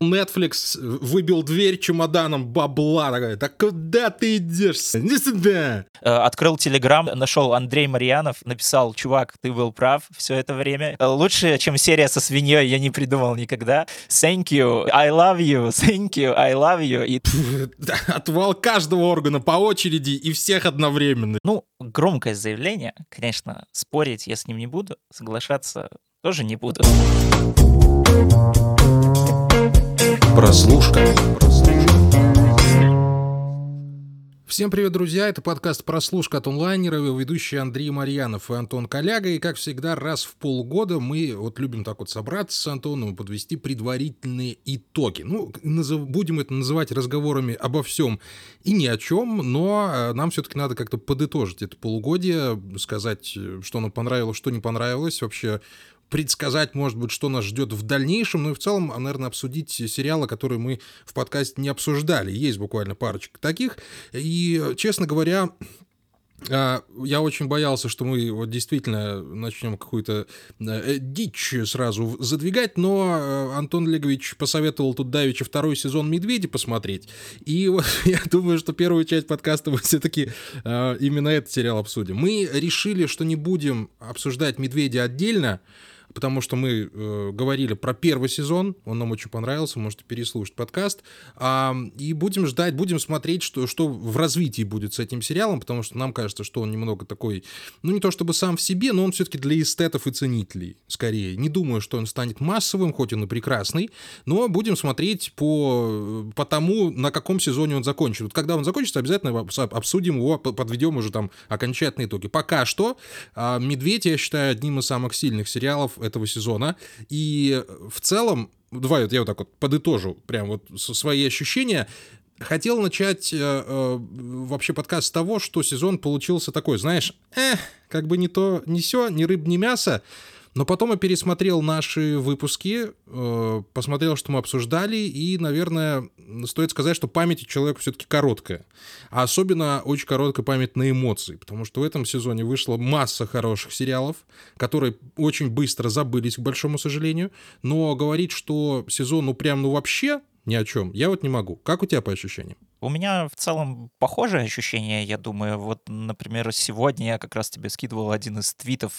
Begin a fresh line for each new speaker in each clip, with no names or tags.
Netflix выбил дверь чемоданом бабла. Такая, да куда ты идешь? Иди сюда.
Открыл Телеграм, нашел Андрей Марьянов, написал: чувак, ты был прав все это время. Лучше, чем серия со свиньей, я не придумал никогда. Thank you, I love you, thank you, I love you. И...
Отвал каждого органа по очереди и всех одновременно.
Ну, громкое заявление, конечно, спорить я с ним не буду, соглашаться тоже не буду.
Прослушка. Всем привет, друзья! Это подкаст «Прослушка» от онлайнера, его ведущие Андрей Марьянов и Антон Коляга. И, как всегда, раз в полгода мы любим так собраться с Антоном и подвести предварительные итоги. Будем это называть разговорами обо всем и ни о чем, но нам все-таки надо как-то подытожить это полугодие, сказать, что нам понравилось, что не понравилось, вообще предсказать, может быть, что нас ждет в дальнейшем, и в целом, наверное, обсудить сериалы, которые мы в подкасте не обсуждали. Есть буквально парочка таких. И, честно говоря, я очень боялся, что мы действительно начнем какую-то дичь сразу задвигать, но Антон Олегович посоветовал тут давеча второй сезон «Медведей» посмотреть, и вот я думаю, что первую часть подкаста мы все-таки именно этот сериал обсудим. Мы решили, что не будем обсуждать «Медведя» отдельно, потому что мы говорили про первый сезон, он нам очень понравился, можете переслушать подкаст, и будем ждать, будем смотреть, что в развитии будет с этим сериалом, потому что нам кажется, что он немного такой, не то чтобы сам в себе, но он все-таки для эстетов и ценителей, скорее. Не думаю, что он станет массовым, хоть он и прекрасный, но будем смотреть по тому, на каком сезоне он закончится. Вот когда он закончится, обязательно обсудим его, подведем уже там окончательные итоги. Пока что «Медведь» я считаю одним из самых сильных сериалов этого сезона, и в целом, давай я вот так подытожу прям свои ощущения. Хотел начать вообще подкаст с того, что сезон получился такой, знаешь, как бы не то, не сё, ни рыб, ни мясо. Но потом я пересмотрел наши выпуски, посмотрел, что мы обсуждали, и, наверное, стоит сказать, что память у человека все-таки короткая. А особенно очень короткая память на эмоции, потому что в этом сезоне вышла масса хороших сериалов, которые очень быстро забылись, к большому сожалению. Но говорить, что сезон вообще ни о чем, я не могу. Как у тебя по ощущениям?
У меня в целом похожее ощущение, я думаю. Например, сегодня я как раз тебе скидывал один из твитов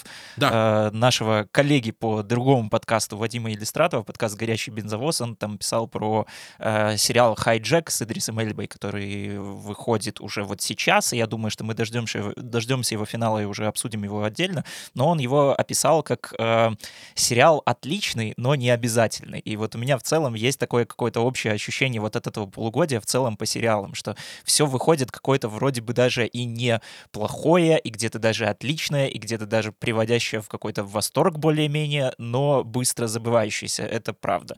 нашего коллеги по другому подкасту Вадима Елистратова, подкаст «Горящий бензовоз». Он там писал про сериал «Хайджек» с Идрисом Эльбой, который выходит уже сейчас, и я думаю, что мы дождемся его финала и уже обсудим его отдельно. Но он его описал как сериал отличный, но не обязательный. И у меня в целом есть такое какое-то общее ощущение от этого полугодия в целом по сериалам, что все выходит какое-то вроде бы даже и не плохое, и где-то даже отличное, и где-то даже приводящее в какой-то восторг более-менее, но быстро забывающееся, это правда.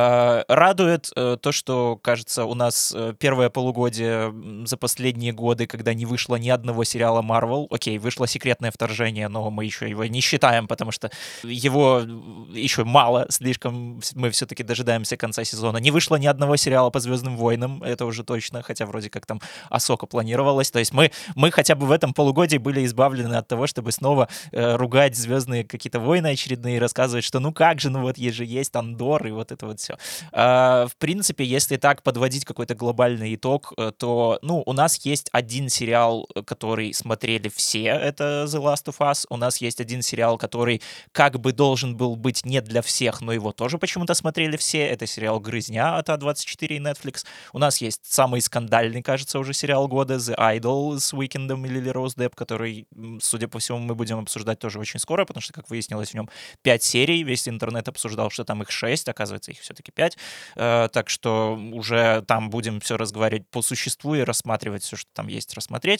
Радует то, что, кажется, у нас первое полугодие за последние годы, когда не вышло ни одного сериала Marvel, окей, вышло «Секретное вторжение», но мы еще его не считаем, потому что его еще мало, слишком мы все-таки дожидаемся конца сезона. Не вышло ни одного сериала по «Звездным войнам», это уже точно, хотя вроде как там Ахсока планировалось. То есть мы хотя бы в этом полугодии были избавлены от того, чтобы снова ругать «Звездные какие-то войны» очередные и рассказывать, что как же, есть Андор и это все. В принципе, если так подводить какой-то глобальный итог, то, у нас есть один сериал, который смотрели все, это The Last of Us. У нас есть один сериал, который как бы должен был быть не для всех, но его тоже почему-то смотрели все. Это сериал «Грызня» от А24 и Netflix. У нас есть самый скандальный, кажется, уже сериал года The Idol с Уикендом и Лили Роуз Депп, который, судя по всему, мы будем обсуждать тоже очень скоро, потому что, как выяснилось, в нем 5 серий, весь интернет обсуждал, что там их 6, оказывается, их все-таки 5, так что уже там будем все разговаривать по существу и рассматривать все, что там есть, рассмотреть.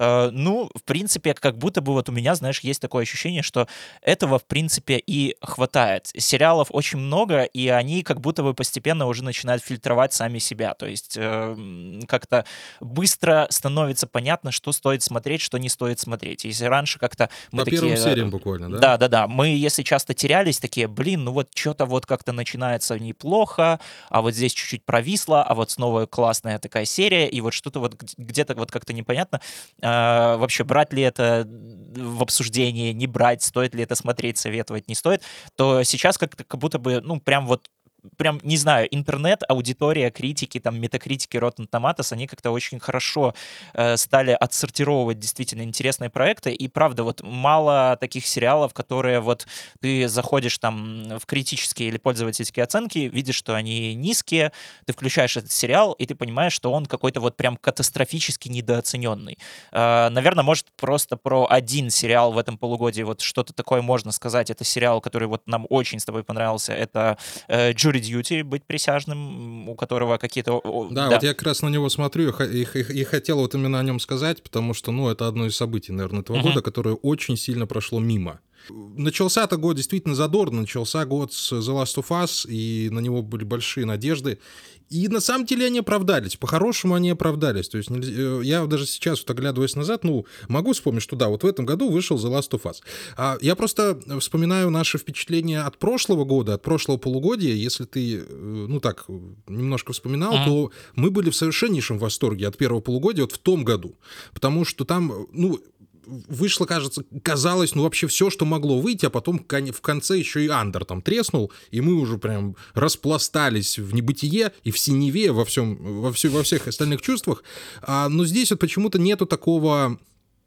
В принципе, как будто бы у меня, знаешь, есть такое ощущение, что этого, в принципе, и хватает. Сериалов очень много, и они как будто бы постепенно уже начинают фильтровать сами себя, то есть как-то быстро становится понятно, что стоит смотреть, что не стоит смотреть. Если раньше как-то мы
по
такие...
первым сериям буквально, да?
Да. Мы, если часто терялись, такие, что-то как-то начинается неплохо, а здесь чуть-чуть провисло, а снова классная такая серия, и что-то где-то как-то непонятно. Вообще, брать ли это в обсуждение, не брать, стоит ли это смотреть, советовать, не стоит, то сейчас как будто бы, прям прям, не знаю, интернет, аудитория, критики, там, метакритики, Rotten Tomatoes, они как-то очень хорошо стали отсортировывать действительно интересные проекты, и правда, вот мало таких сериалов, которые вот ты заходишь там в критические или пользовательские оценки, видишь, что они низкие, ты включаешь этот сериал, и ты понимаешь, что он какой-то вот прям катастрофически недооцененный. Наверное, может, просто про один сериал в этом полугодии вот что-то такое можно сказать. Это сериал, который вот нам очень с тобой понравился. Это Jury Duty, «Быть присяжным», у которого какие-то...
Да, вот я как раз на него смотрю и хотел вот именно о нем сказать, потому что, ну, это одно из событий, наверное, этого года, которое очень сильно прошло мимо. Начался-то год действительно задорно, начался год с The Last of Us, и на него были большие надежды. И на самом деле они оправдались, по-хорошему они оправдались. То есть я даже сейчас, вот оглядываясь назад, ну, могу вспомнить, что да, вот в этом году вышел The Last of Us. Я просто вспоминаю наши впечатления от прошлого года, от прошлого полугодия. Если ты, ну так, немножко вспоминал, то мы были в совершеннейшем восторге от первого полугодия вот в том году. Потому что там, ну, вышло, казалось, ну, вообще все, что могло выйти, а потом в конце еще и Андер там треснул, и мы уже прям распластались в небытие и в синеве, во всех остальных чувствах. Но здесь вот почему-то нету такого...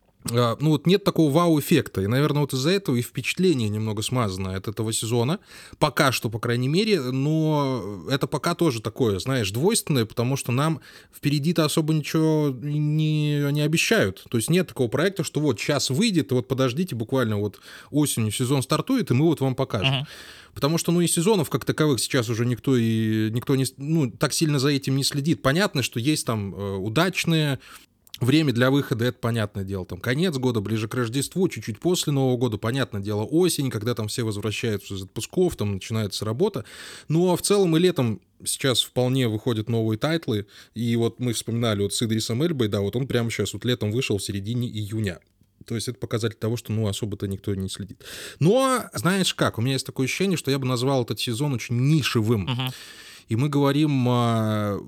Ну вот нет такого вау-эффекта, и, наверное, вот из-за этого и впечатление немного смазано от этого сезона, пока что, по крайней мере, но это пока тоже такое, знаешь, двойственное, потому что нам впереди-то особо ничего не обещают, то есть нет такого проекта, что вот сейчас выйдет, и вот подождите, буквально вот осенью сезон стартует, и мы вот вам покажем. Потому что, ну, и сезонов как таковых сейчас уже никто не, ну, так сильно за этим не следит. Понятно, что есть там удачные... Время для выхода — это понятное дело, там конец года, ближе к Рождеству, чуть-чуть после Нового года, понятное дело, осень, когда там все возвращаются из отпусков, там начинается работа. Ну, а в целом и летом сейчас вполне выходят новые тайтлы, и вот мы вспоминали вот с Идрисом Эльбой, да, вот он прямо сейчас вот летом вышел в середине июня. То есть это показатель того, что, ну, особо-то никто не следит. Но, знаешь как, у меня есть такое ощущение, что я бы назвал этот сезон очень нишевым. И мы говорим про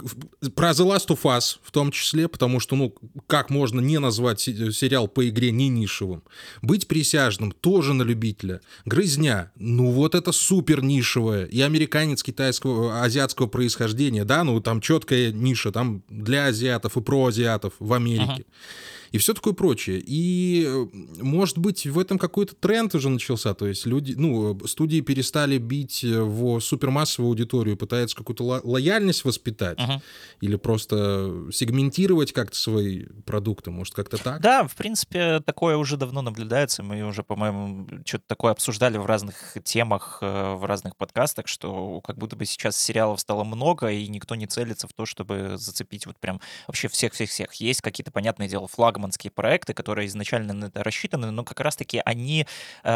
The Last of Us в том числе, потому что, ну, как можно не назвать сериал по игре не нишевым? «Быть присяжным» тоже на любителя. «Грызня», ну вот это супер нишевое. И «Американец» китайского, азиатского происхождения, да, ну там четкая ниша, там для азиатов и про азиатов в Америке. И все такое прочее. И, может быть, в этом какой-то тренд уже начался. То есть люди, ну, студии перестали бить в супермассовую аудиторию, пытаются какую-то лояльность воспитать или просто сегментировать как-то свои продукты. Может, как-то так?
Да, в принципе, такое уже давно наблюдается. Мы уже, по-моему, что-то такое обсуждали в разных темах, в разных подкастах, что как будто бы сейчас сериалов стало много, и никто не целится в то, чтобы зацепить вот прям вообще всех-всех-всех. Есть какие-то, понятное дело, флагманские проекты, которые изначально на это рассчитаны, но как раз-таки они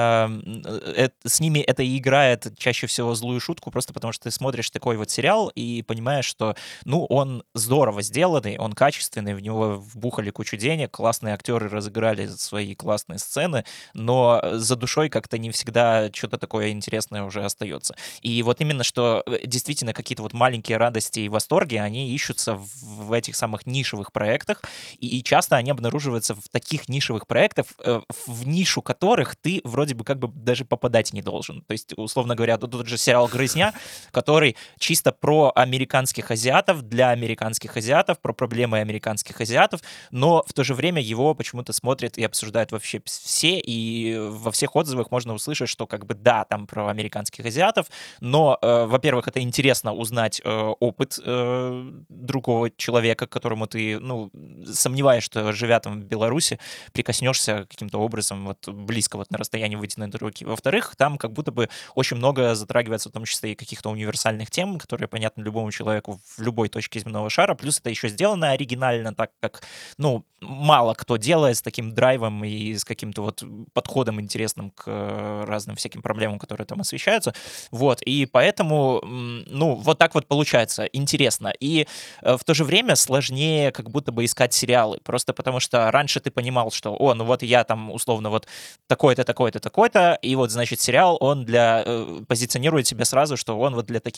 с ними это и играет чаще всего злую шутку, просто потому что ты смотришь такой вот сериал и понимаешь, что, ну, он здорово сделанный, он качественный, в него вбухали кучу денег, классные актеры разыграли свои классные сцены, но за душой как-то не всегда что-то такое интересное уже остается. И вот именно, что действительно какие-то вот маленькие радости и восторги, они ищутся в этих самых нишевых проектах, и часто они обнаруживаются в таких нишевых проектах, в нишу которых ты вроде бы как бы даже попадать не должен. То есть, условно говоря, тут же сериал «Грызня», который чисто про американских азиатов, для американских азиатов, про проблемы американских азиатов, но в то же время его почему-то смотрят и обсуждают вообще все, и во всех отзывах можно услышать, что как бы да, там про американских азиатов, но, во-первых, это интересно узнать опыт другого человека, к которому ты, ну, сомневаюсь, что, живя там в Беларуси, прикоснешься каким-то образом вот близко вот на расстоянии вытянутой руки. Во-вторых, там как будто бы очень много затрагивается, в том числе и каких-то универсальных тем, которые понятны любому человеку в любой точке земного шара, плюс это еще сделано оригинально, так как, ну, мало кто делает с таким драйвом и с каким-то вот подходом интересным к разным всяким проблемам, которые там освещаются. Вот, и поэтому, ну, вот так вот получается, интересно. И в то же время сложнее как будто бы искать сериалы, просто потому что раньше ты понимал, что, о, ну вот я там условно вот такой-то, такой-то, такой-то, и вот, значит, сериал, он позиционирует себя сразу, что он вот для таких-то,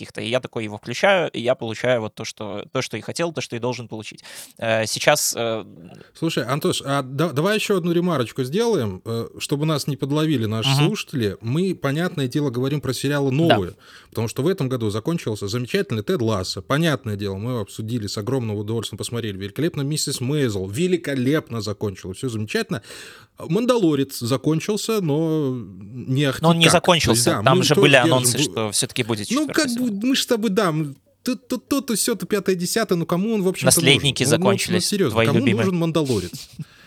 каких-то, и я такой его включаю, и я получаю вот то, что и хотел, то, что и должен получить. Сейчас...
Слушай, Антош, давай еще одну ремарочку сделаем, чтобы нас не подловили наши слушатели. Мы, понятное дело, говорим про сериалы новые, потому что в этом году закончился замечательный Тед Лассо. Понятное дело, мы его обсудили с огромным удовольствием, посмотрели. Великолепно Миссис Мейзел. Великолепно закончилось, все замечательно. «Мандалорец» закончился, но не ахти.
Но он не закончился,
есть,
там же были анонсы, что все-таки будет четвертый сезон.
Ну, как бы мы же с тобой, то все, то 5-10, ну кому он, в общем-то,
Наследники
нужен?
закончились,
серьезно,
твои
кому
любимые.
нужен «Мандалорец»?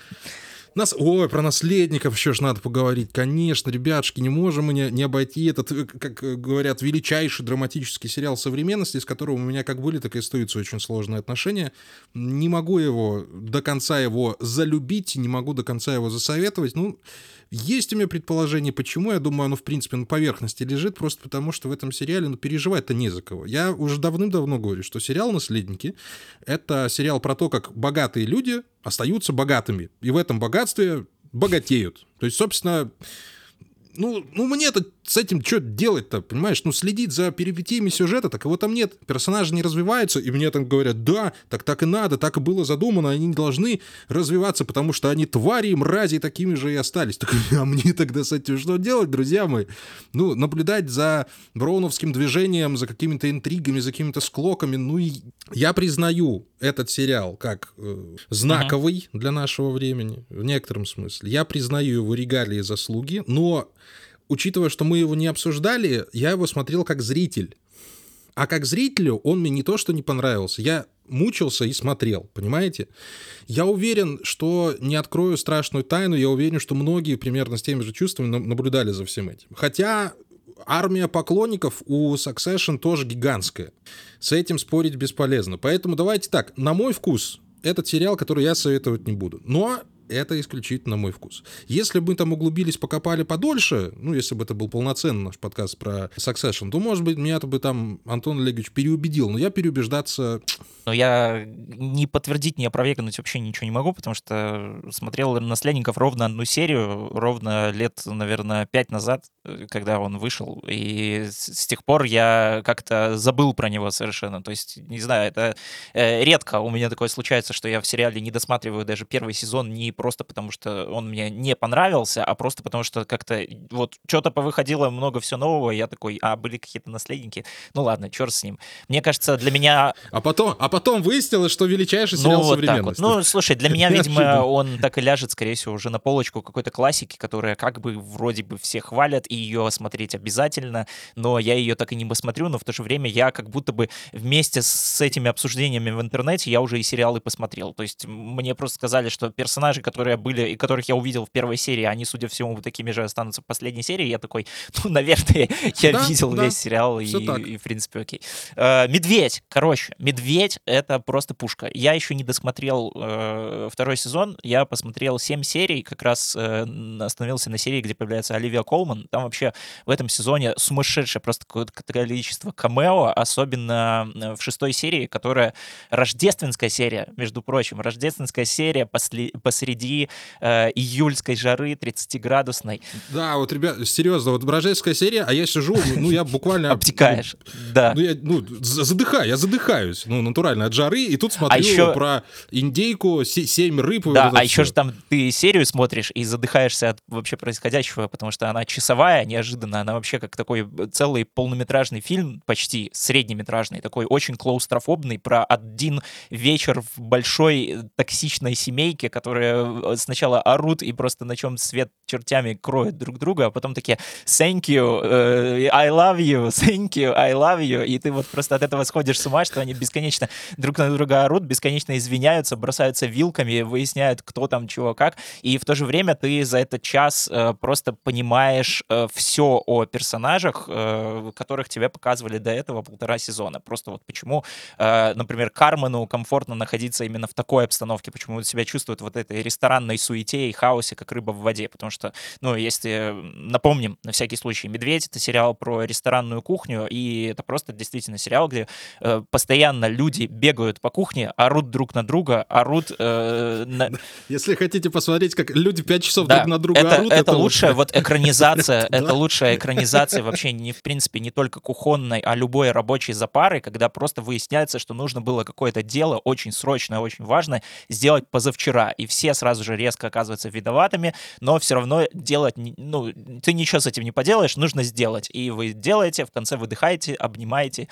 Ой, про наследников еще ж надо поговорить. Конечно, ребятушки, не можем мы не обойти этот, как говорят, величайший драматический сериал современности, с которым у меня как были, так и остаются очень сложные отношения. Не могу его до конца его залюбить, не могу до конца его засоветовать. Ну, есть у меня предположение, почему. Я думаю, оно, в принципе, на поверхности лежит, просто потому что в этом сериале переживать-то не за кого. Я уже давным-давно говорю, что сериал «Наследники» — это сериал про то, как богатые люди остаются богатыми, и в этом богатстве богатеют. То есть, собственно, ну мне-то с этим что делать-то, понимаешь? Следить за перипетиями сюжета, так его там нет. Персонажи не развиваются, и мне там говорят, да, так и надо, так и было задумано, они не должны развиваться, потому что они твари и мрази такими же и остались. Так, а мне тогда с этим что делать, друзья мои? Наблюдать за броуновским движением, за какими-то интригами, за какими-то склоками. И я признаю этот сериал как знаковый для нашего времени, в некотором смысле. Я признаю его регалии и заслуги, но учитывая, что мы его не обсуждали, я его смотрел как зритель. А как зрителю он мне не то, что не понравился, я мучился и смотрел, понимаете? Я уверен, что не открою страшную тайну, я уверен, что многие примерно с теми же чувствами наблюдали за всем этим. Хотя армия поклонников у Succession тоже гигантская. С этим спорить бесполезно. Поэтому давайте так, на мой вкус, этот сериал, который я советовать не буду. Но это исключительно мой вкус. Если бы мы там углубились, покопали подольше, если бы это был полноценный наш подкаст про Succession, то, может быть, меня-то бы там Антон Олегович переубедил, но я переубеждаться...
Но я не подтвердить, не опровергнуть вообще ничего не могу, потому что смотрел «Наследников» ровно одну серию, ровно лет, наверное, 5 назад, когда он вышел, и с тех пор я как-то забыл про него совершенно. То есть, не знаю, это редко у меня такое случается, что я в сериале не досматриваю даже первый сезон, не просто потому, что он мне не понравился, а просто потому, что как-то вот что-то повыходило, много всего нового, и я такой, были какие-то наследники. Ну ладно, черт с ним. Мне кажется, для меня...
А потом выяснилось, что величайший сериал современности.
Вот. Слушай, для меня, видимо, он так и ляжет, скорее всего, уже на полочку какой-то классики, которая как бы вроде бы все хвалят, и ее смотреть обязательно, но я ее так и не посмотрю, но в то же время я как будто бы вместе с этими обсуждениями в интернете я уже и сериалы посмотрел. То есть мне просто сказали, что персонажи, которые были, и которых я увидел в первой серии, они, судя по всему, такими же останутся в последней серии. Я такой, наверное, я видел весь сериал, и в принципе, окей. «Медведь», «Медведь» — это просто пушка. Я еще не досмотрел второй сезон, я посмотрел 7 серий, как раз остановился на серии, где появляется Оливия Колман. Там вообще в этом сезоне сумасшедшее просто какое-то количество камео, особенно в 6 серии, которая рождественская серия, между прочим, рождественская серия посреди июльской жары 30-градусной.
Да, вот, ребят, серьезно, вот рождественская серия, а я сижу, я буквально...
Обтекаешь, да.
Я задыхаюсь, натурально от жары, и тут смотрю про индейку, 7 рыб.
Да, вот еще же там ты серию смотришь и задыхаешься от вообще происходящего, потому что она часовая, неожиданно, она вообще как такой целый полнометражный фильм, почти среднеметражный, такой очень клаустрофобный, про один вечер в большой токсичной семейке, которые сначала орут и просто на чем свет чертями кроют друг друга, а потом такие «thank you, I love you, thank you, I love you», и ты вот просто от этого сходишь с ума, что они бесконечно друг на друга орут, бесконечно извиняются, бросаются вилками, выясняют, кто там, чего, как, и в то же время ты за этот час просто понимаешь все о персонажах, которых тебе показывали до этого 1,5 сезона. Просто вот почему, например, Кармену комфортно находиться именно в такой обстановке, почему он себя чувствует вот этой ресторанной суете и хаосе, как рыба в воде, потому что, ну, если напомним, на всякий случай, «Медведь» — это сериал про ресторанную кухню, и это просто действительно сериал, где постоянно люди бегают по кухне, орут друг на друга, орут...
Если хотите посмотреть, как люди 5 часов друг на друга орут...
Это лучшая вот экранизация, это лучшая экранизация вообще, в принципе, не только кухонной, а любой рабочей запары, когда просто выясняется, что нужно было какое-то дело очень срочное, очень важное сделать позавчера, и все сразу же резко оказываются виноватыми, но все равно делать, ну, ты ничего с этим не поделаешь, нужно сделать, и вы делаете, в конце выдыхаете, обнимаете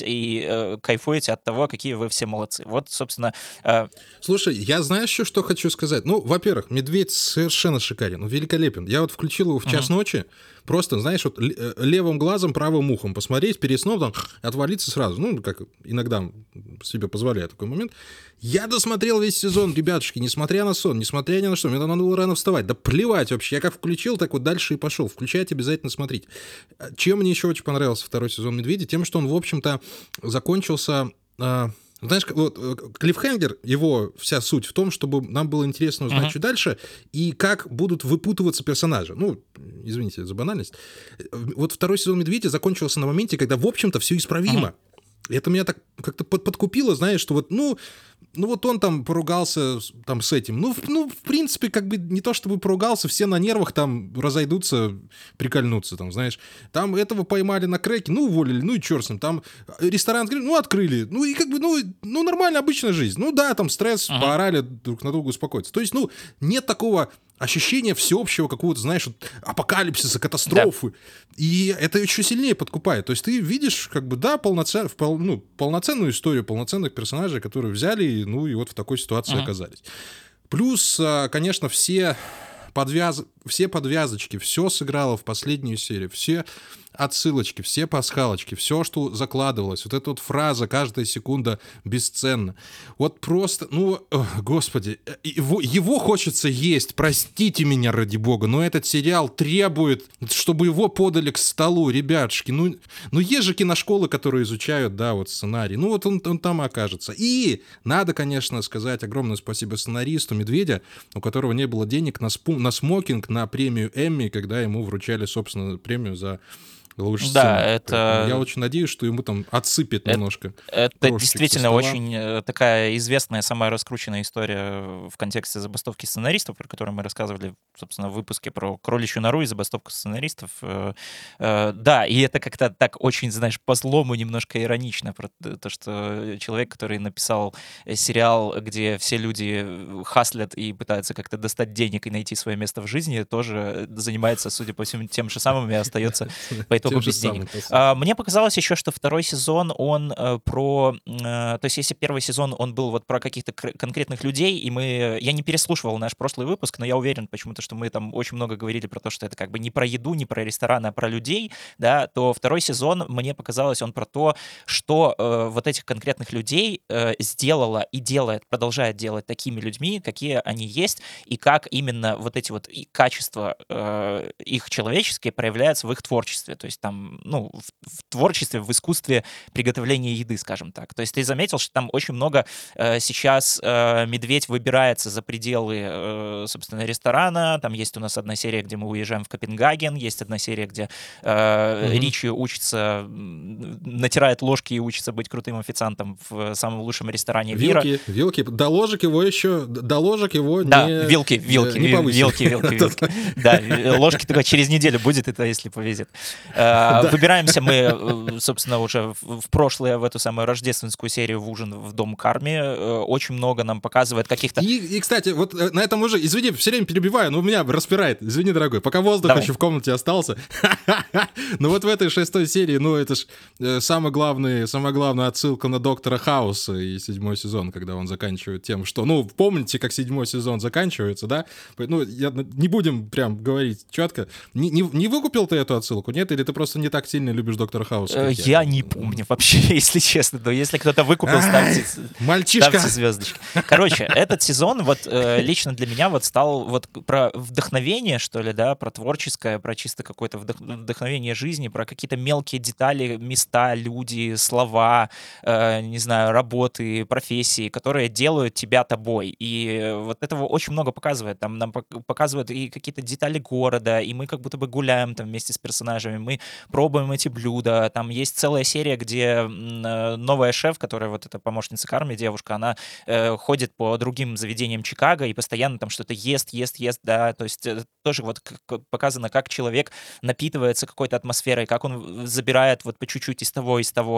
и кайфуете от того, какие вы все молодцы. Вот, собственно...
Слушай, я знаю еще, что хочу сказать. Ну, во-первых, «Медведь» совершенно шикарен, он великолепен. Я вот включил его в час ночи, просто, знаешь, вот левым глазом, правым ухом посмотреть, перед сном там отвалиться сразу. Ну, как иногда себе позволяет такой момент. Я досмотрел весь сезон, ребятушки, несмотря на сон, несмотря ни на что. Мне надо было рано вставать. Да плевать вообще. Я как включил, так вот дальше и пошел. Включайте, обязательно смотрите. Чем мне еще очень понравился второй сезон «Медведя»? Тем, что он, в общем-то, закончился... Знаешь, вот клиффхенгер, его вся суть в том, чтобы нам было интересно узнать, что дальше, и как будут выпутываться персонажи. Ну, извините за банальность. Вот второй сезон «Медведя» закончился на моменте, когда, в общем-то, все исправимо. Это меня так как-то подкупило, знаешь, что вот, ну вот он там поругался там с этим. Ну, в принципе, как бы не то чтобы поругался, все на нервах там разойдутся, прикольнутся там, знаешь. Там этого поймали на крэке, ну, уволили, ну и черт с ним. Там ресторан открыли, ну, открыли. Ну, и как бы, ну нормально, обычная жизнь. Ну, да, там стресс, поорали друг на друга, успокоиться. То есть, ну, нет такого ощущение всеобщего какого-то, знаешь, вот, апокалипсиса, катастрофы. Да. И это еще сильнее подкупает. То есть ты видишь, как бы, да, полноценную историю, полноценных персонажей, которые взяли, ну, и вот в такой ситуации оказались. Плюс, конечно, все подвязочки, все сыграло в последнюю серию, все отсылочки, все пасхалочки, все, что закладывалось, вот эта вот фраза «каждая секунда бесценна». Вот просто, ну, господи, его хочется есть, простите меня, ради бога, но этот сериал требует, чтобы его подали к столу, ребятушки, ну есть же киношколы, которые изучают, да, вот сценарий, ну вот он там и окажется. И надо, конечно, сказать огромное спасибо сценаристу «Медведя», у которого не было денег на смокинг, на премию Эмми, когда ему вручали, собственно, премию за лучший сценарий. Да, это... Я очень надеюсь, что ему там отсыпет немножко.
Это действительно очень такая известная, самая раскрученная история в контексте забастовки сценаристов, про которую мы рассказывали, собственно, в выпуске про кроличью нору и забастовку сценаристов. Да, и это как-то так очень, знаешь, по-злому немножко иронично, про то, что человек, который написал сериал, где все люди хаслят и пытаются как-то достать денег и найти свое место в жизни, тоже занимается, судя по всему, тем же самым и остается по итогу без денег. Мне показалось еще, что второй сезон, он про... То есть если первый сезон, он был вот про каких-то конкретных людей, и я не переслушивал наш прошлый выпуск, но я уверен почему-то, что мы там очень много говорили про то, что это как бы не про еду, не про рестораны, а про людей, да, то второй сезон, мне показалось, он про то, что вот этих конкретных людей сделала и делает, продолжает делать такими людьми, какие они есть, и как именно вот эти вот качества их человеческие проявляются в их творчестве. То есть там, ну, в творчестве, в искусстве приготовления еды, скажем так. То есть ты заметил, что там очень много сейчас «Медведь» выбирается за пределы, собственно, ресторана. Там есть у нас одна серия, где мы уезжаем в Копенгаген, есть одна серия, где Ричи учится, натирает ложки и учится быть крутым официантом в самом лучшем ресторане мира.
Вилки. До ложек его
да, вилки. Да, ложки только через неделю будет, это если повезет. Выбираемся мы, собственно, уже в прошлое, в эту самую рождественскую серию в ужин в Дом Карми. Очень много нам показывает каких-то...
И, кстати, вот на этом уже, извини, все время перебиваю, но меня распирает. Извини, дорогой, пока воздух еще в комнате остался. Но вот в этой 6-й серии, ну, это ж самая главная отсылка на Доктора Хауса и 7-й сезон, когда он заканчивает тем, что... Ну, помните, как 7-й сезон заканчивается, да? Ну, не будем прям говорить четко. Не выкупил ты эту отсылку, нет? Или ты просто не так сильно любишь Доктора Хауса, как
я не помню вообще, если честно. Но если кто-то выкупил, ставьте звездочки. Короче, этот сезон вот лично для меня вот стал вот про вдохновение, что ли, да, про творческое, про чисто какое-то вдохновение жизни, про какие-то мелкие детали, места, люди, слова, не знаю, работы, профессии, которые делают тебя тобой. И вот этого очень много показывает. Там нам показывают и какие-то детали города, и мы как будто бы гуляем там вместе с персонажами, мы пробуем эти блюда. Там есть целая серия, где новая шеф, которая вот эта помощница Карми, девушка, она ходит по другим заведениям Чикаго и постоянно там что-то ест, да, то есть тоже вот показано, как человек напитывается какой-то атмосферой, как он забирает вот по чуть-чуть из того,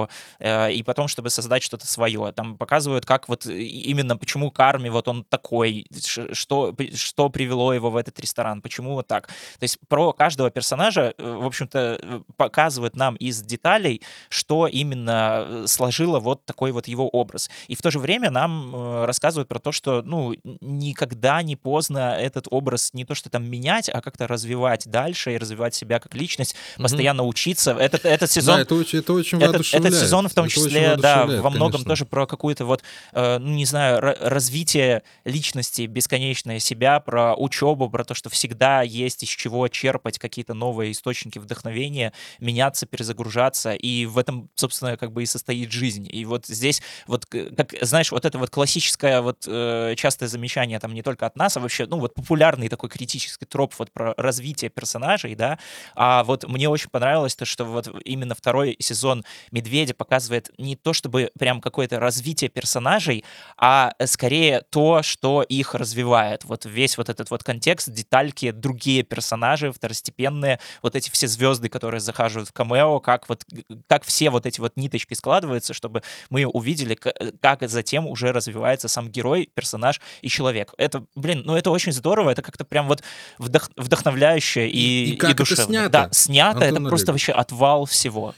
и потом, чтобы создать что-то свое. Там показывают, как вот именно почему Карми вот он такой, что привело его в этот ресторан, почему вот так. То есть про каждого персонажа, в общем-то, показывают нам из деталей, что именно сложило вот такой вот его образ. И в то же время нам рассказывают про то, что, ну, никогда не поздно этот образ не то что там менять, а как-то развивать дальше и развивать себя как личность, постоянно учиться. Этот сезон...
Да, это очень воодушевляет.
Этот сезон в том числе, да, во многом тоже про какую-то вот, ну, не знаю, развитие личности бесконечное себя, про учебу, про то, что всегда есть из чего черпать какие-то новые источники вдохновения, меняться, перезагружаться, и в этом, собственно, как бы и состоит жизнь. И вот здесь, вот, как, знаешь, вот это вот классическое вот частое замечание там не только от нас, а вообще, ну, вот популярный такой критический троп вот про развитие персонажей, да, а вот мне очень понравилось то, что вот именно второй сезон «Медведя» показывает не то, чтобы прям какое-то развитие персонажей, а скорее то, что их развивает. Вот весь вот этот вот контекст, детальки, другие персонажи второстепенные, вот эти все звезды, которые захаживают в камео, как все вот эти вот ниточки складываются, чтобы мы увидели, как затем уже развивается сам герой, персонаж и человек. Это, блин, ну это очень здорово, это как-то прям вот вдохновляюще и
как
душевно.
Это снято?
Да, снято,
Антон
это
Олегович.
просто вообще отвал всего.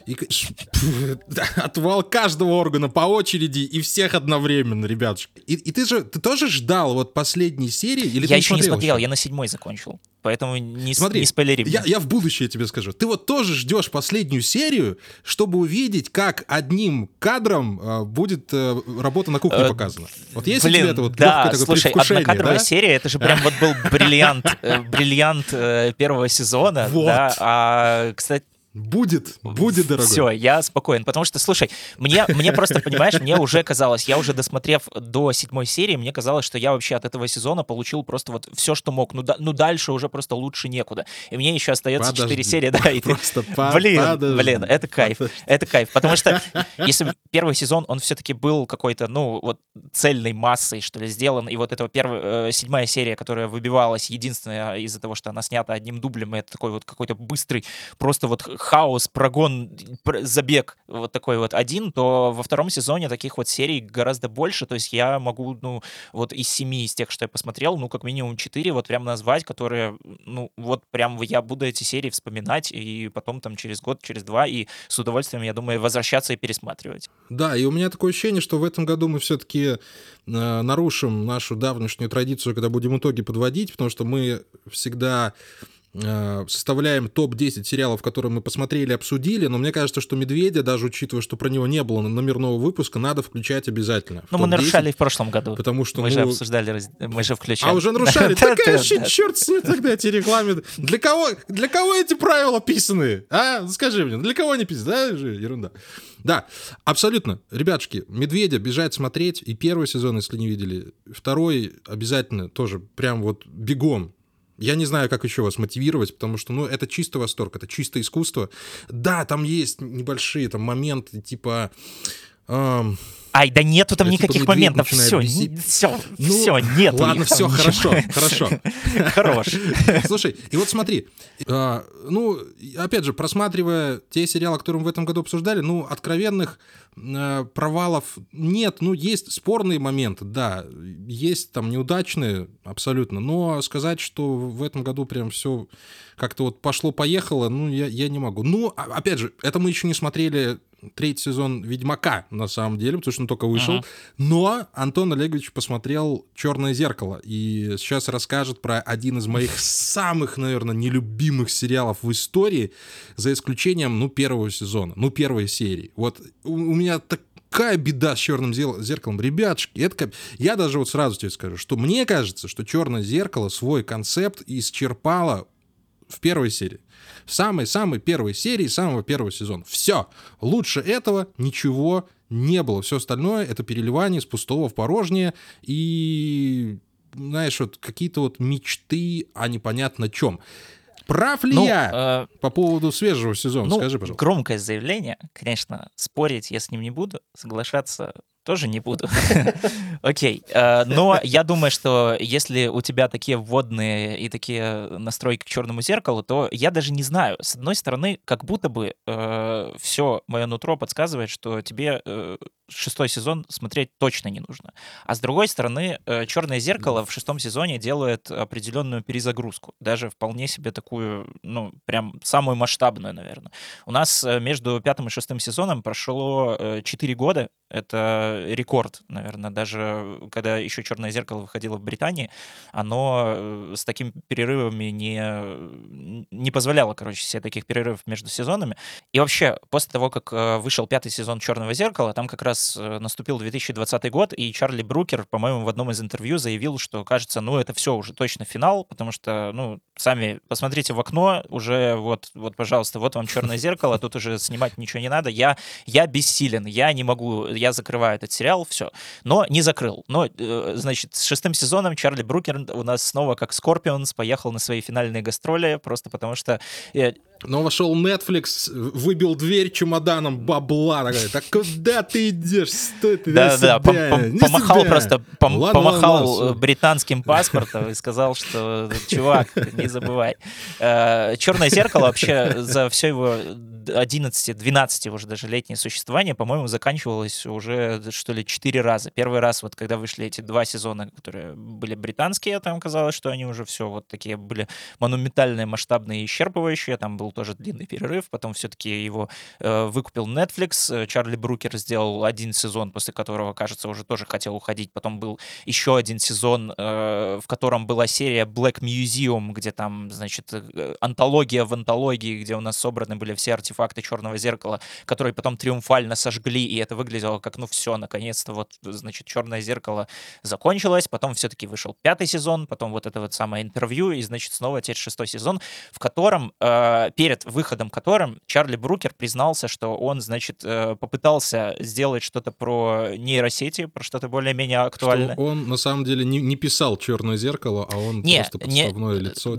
Отвал каждого органа по очереди и всех одновременно, ребятушки. И ты тоже ждал вот последней серии? Или
я еще не смотрел, я на 7 закончил. Поэтому не спойлери мне.
Я в будущее тебе скажу. Ты вот тоже ждешь последнюю серию, чтобы увидеть, как одним кадром будет работа на кухне показана. Вот есть у тебя это вот легкое такое предвкушение,
однокадровая
да?
серия, это же прям вот был бриллиант первого сезона.
Вот.
Да, кстати,
Будет, дорогой.
Все, я спокоен, потому что, слушай, мне просто, понимаешь, мне уже казалось, я уже досмотрев до 7 серии, мне казалось, что я вообще от этого сезона получил просто вот все, что мог. Ну дальше уже просто лучше некуда. И мне еще остается 4 серии, да, и
просто
блин, это кайф, потому что если первый сезон, он все-таки был какой-то, ну, вот цельной массой, что ли, сделан, и вот эта 7 серия, которая выбивалась, единственная из-за того, что она снята одним дублем, и это такой вот какой-то быстрый, просто вот хаос, прогон, забег вот такой вот один, то во втором сезоне таких вот серий гораздо больше, то есть я могу, ну, вот из 7 из тех, что я посмотрел, ну, как минимум 4 вот прям назвать, которые, ну, вот прям я буду эти серии вспоминать, и потом там через год, через 2, и с удовольствием, я думаю, возвращаться и пересматривать.
Да, и у меня такое ощущение, что в этом году мы все-таки нарушим нашу давнишнюю традицию, когда будем итоги подводить, потому что мы всегда составляем топ-10 сериалов, которые мы посмотрели и обсудили, но мне кажется, что «Медведя», даже учитывая, что про него не было номерного выпуска, надо включать обязательно.
Ну, мы нарушали в прошлом году.
Потому что
мы же обсуждали, мы же включали.
А уже нарушали? Такая черт с ним тогда эти рекламы. Для кого эти правила писаны? А? Скажи мне, для кого они писаны? Да, же ерунда. Да, абсолютно. Ребятушки, «Медведя» бежать смотреть. И первый сезон, если не видели. Второй обязательно тоже прям вот бегом. Я не знаю, как еще вас мотивировать, потому что, ну, это чисто восторг, это чисто искусство. Да, там есть небольшие там моменты, типа...
Ай, да нету там никаких моментов, все, нет.
Ладно, все, хорошо.
Хорош.
Слушай, и вот смотри, ну, опять же, просматривая те сериалы, которые мы в этом году обсуждали, ну, откровенных провалов нет, ну, есть спорные моменты, да, есть там неудачные абсолютно, но сказать, что в этом году прям все как-то вот пошло-поехало, ну, я не могу. Ну, опять же, это мы еще не смотрели третий сезон «Ведьмака», на самом деле, потому что он только вышел. Но Антон Олегович посмотрел «Черное зеркало» и сейчас расскажет про один из моих самых, наверное, нелюбимых сериалов в истории, за исключением, первого сезона, первой серии. Вот у меня такая беда с «Черным зеркалом». Ребятушки, я даже вот сразу тебе скажу, что мне кажется, что «Черное зеркало» свой концепт исчерпало в первой серии. В самой-самой первой серии самого первого сезона. Все. Лучше этого ничего не было. Все остальное — это переливание с пустого в порожнее и, знаешь, вот какие-то вот мечты о непонятно чем. Прав ли я по поводу свежего сезона? Скажи, пожалуйста.
Громкое заявление, конечно, спорить я с ним не буду, соглашаться тоже не буду. Окей. Но я думаю, что если у тебя такие вводные и такие настройки к «Черному зеркалу», то я даже не знаю. С одной стороны, как будто бы все мое нутро подсказывает, что тебе 6-й сезон смотреть точно не нужно. А с другой стороны, «Черное зеркало» в 6-м сезоне делает определенную перезагрузку. Даже вполне себе такую, прям самую масштабную, наверное. У нас между 5-м и 6-м сезоном прошло 4 года. Это рекорд, наверное, даже когда еще «Черное зеркало» выходило в Британии, оно с такими перерывами не позволяло, себе таких перерывов между сезонами. И вообще, после того, как вышел 5-й сезон «Черного зеркала», там как раз наступил 2020 год, и Чарли Брукер, по-моему, в одном из интервью заявил, что, кажется, это все уже точно финал, потому что, сами посмотрите в окно, уже вот, пожалуйста, вот вам «Черное зеркало», тут уже снимать ничего не надо, я бессилен, я не могу, я закрываю этот сериал, все. Но не закрыл. Но, значит, с 6-м сезоном Чарли Брукер у нас снова, как Скорпионс, поехал на свои финальные гастроли, просто потому что...
Но вошел Netflix, выбил дверь чемоданом бабла, такой: так куда ты идешь? Стой ты,
да, помахал просто, помахал британским паспортом и сказал, что, чувак, не забывай. «Черное зеркало» вообще за все его 11-12 уже даже летнее существование, по-моему, заканчивалось уже, что ли, 4 раза. Первый раз, вот когда вышли эти 2 сезона, которые были британские, там казалось, что они уже все вот такие были монументальные, масштабные, исчерпывающие. Там был тоже длинный перерыв, потом все-таки его выкупил Netflix. Чарли Брукер сделал 1 сезон, после которого, кажется, уже тоже хотел уходить. Потом был еще 1 сезон, в котором была серия Black Museum, где там, значит, антология в антологии, где у нас собраны были все артефакты «Черного зеркала», которые потом триумфально сожгли, и это выглядело как, все, наконец-то, вот, значит, «Черное зеркало» закончилось. Потом все-таки вышел 5-й сезон, потом вот это вот самое интервью, и, значит, снова теперь 6-й сезон, в котором перед выходом которым Чарли Брукер признался, что он, значит, попытался сделать что-то про нейросети, про что-то более-менее актуальное.
Что он, на самом деле, не писал «Черное зеркало», а он просто подставное лицо.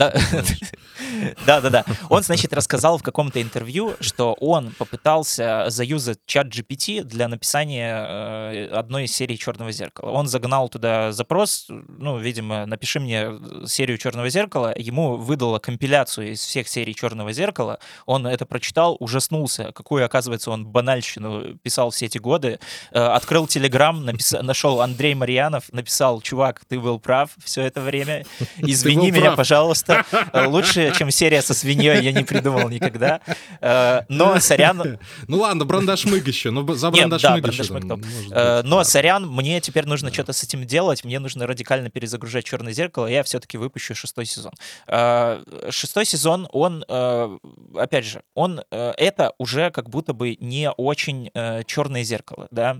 Да. Он, значит, рассказал в каком-то интервью, что он попытался заюзать чат GPT для написания одной из серий «Черного зеркала». Он загнал туда запрос, видимо, напиши мне серию «Черного зеркала». Ему выдало компиляцию из всех серий «Черного зеркала». Он это прочитал, ужаснулся, какую, оказывается, он банальщину писал все эти годы. Открыл Телеграм, нашел Андрей Марьянов, написал: чувак, ты был прав все это время, извини меня, пожалуйста. Лучше, чем серия со свиньей, я не придумал никогда. Но, сорян...
ладно, Брандашмык еще, за Брандашмык еще.
Но, сорян, мне теперь нужно что-то с этим делать, мне нужно радикально перезагружать «Черное зеркало», я все-таки выпущу 6-й сезон. 6-й сезон, он... Опять же, это уже как будто бы не очень «Черное зеркало», да.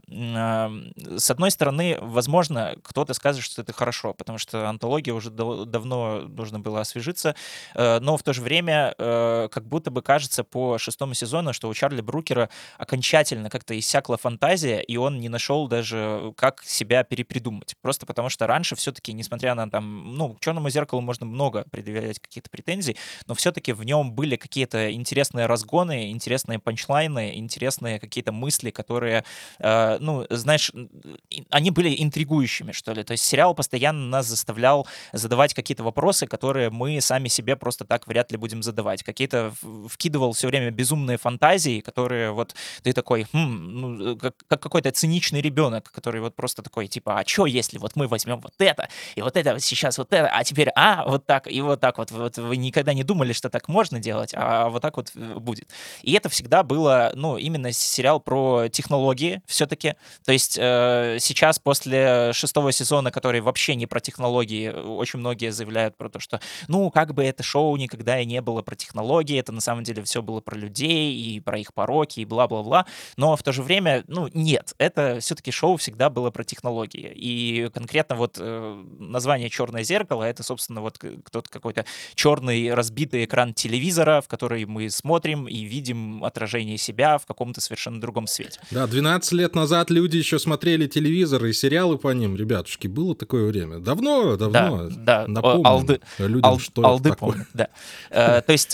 С одной стороны, возможно, кто-то скажет, что это хорошо, потому что антология уже давно нужно было освежиться, но в то же время как будто бы кажется по 6-му сезону, что у Чарли Брукера окончательно как-то иссякла фантазия, и он не нашел даже, как себя перепридумать. Просто потому что раньше все-таки, несмотря на там, к «Черному зеркалу» можно много предъявлять какие-то претензий, но все-таки в нем были какие-то интересные разгоны, интересные панчлайны, интересные какие-то мысли, которые, знаешь, они были интригующими, что ли. То есть сериал постоянно нас заставлял задавать какие-то вопросы, которые мы сами себе просто так вряд ли будем задавать. Какие-то вкидывал все время безумные фантазии, которые вот ты такой, как какой-то циничный ребенок, который вот просто такой, типа, а что если вот мы возьмем вот это, и вот это вот сейчас вот это, а теперь вот так, и вот так вот вы никогда не думали, что так можно делать? делать, а вот так вот будет. И это всегда было, ну, именно сериал про технологии все-таки. То есть сейчас после 6-го сезона, который вообще не про технологии, очень многие заявляют про то, что, ну, как бы это шоу никогда и не было про технологии, это на самом деле все было про людей и про их пороки и бла-бла-бла. Но в то же время, ну, нет, это все-таки шоу всегда было про технологии. И конкретно вот название «Черное зеркало» — это, собственно, вот кто-то какой-то черный разбитый экран телевизора, в который мы смотрим и видим отражение себя в каком-то совершенно другом свете.
Да, 12 лет назад люди еще смотрели телевизор и сериалы по ним, ребятушки, было такое время. Давно.
Да.
Напомним людям, что
алды
это такое.
Помнят, да. То есть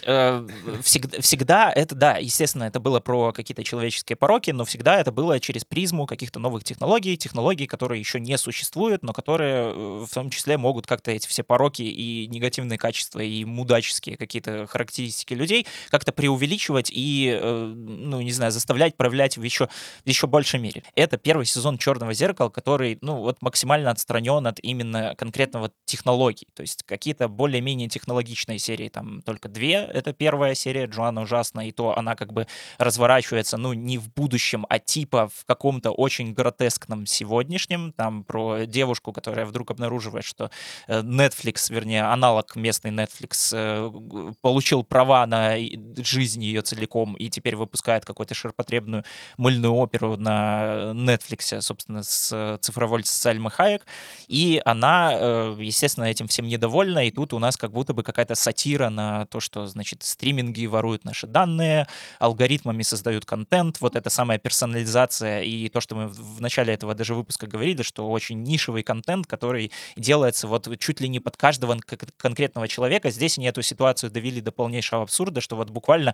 всегда это, да, естественно, это было про какие-то человеческие пороки, но всегда это было через призму каких-то новых технологий, которые еще не существуют, но которые в том числе могут как-то эти все пороки и негативные качества, и мудаческие какие-то характеристики людей как-то преувеличивать и, ну, не знаю, заставлять проявлять в еще большей мере. Это первый сезон «Черного зеркала», который, ну, вот максимально отстранен от именно конкретного технологий. То есть какие-то более-менее технологичные серии, там только 2. Это первая серия «Джоанна ужасная», и то она как бы разворачивается, ну, не в будущем, а типа в каком-то очень гротескном сегодняшнем. Там про девушку, которая вдруг обнаруживает, что Netflix, вернее, аналог местный Netflix, получил права на жизнь ее целиком и теперь выпускает какую-то ширпотребную мыльную оперу на Netflix, собственно, с цифровой Сальмы Хайек. И она, естественно, этим всем недовольна, и тут у нас как будто бы какая-то сатира на то, что, значит, стриминги воруют наши данные, алгоритмами создают контент, вот эта самая персонализация и то, что мы в начале этого даже выпуска говорили, что очень нишевый контент, который делается вот чуть ли не под каждого конкретного человека. Здесь они эту ситуацию довели до полнейшего абсурда, что вот буквально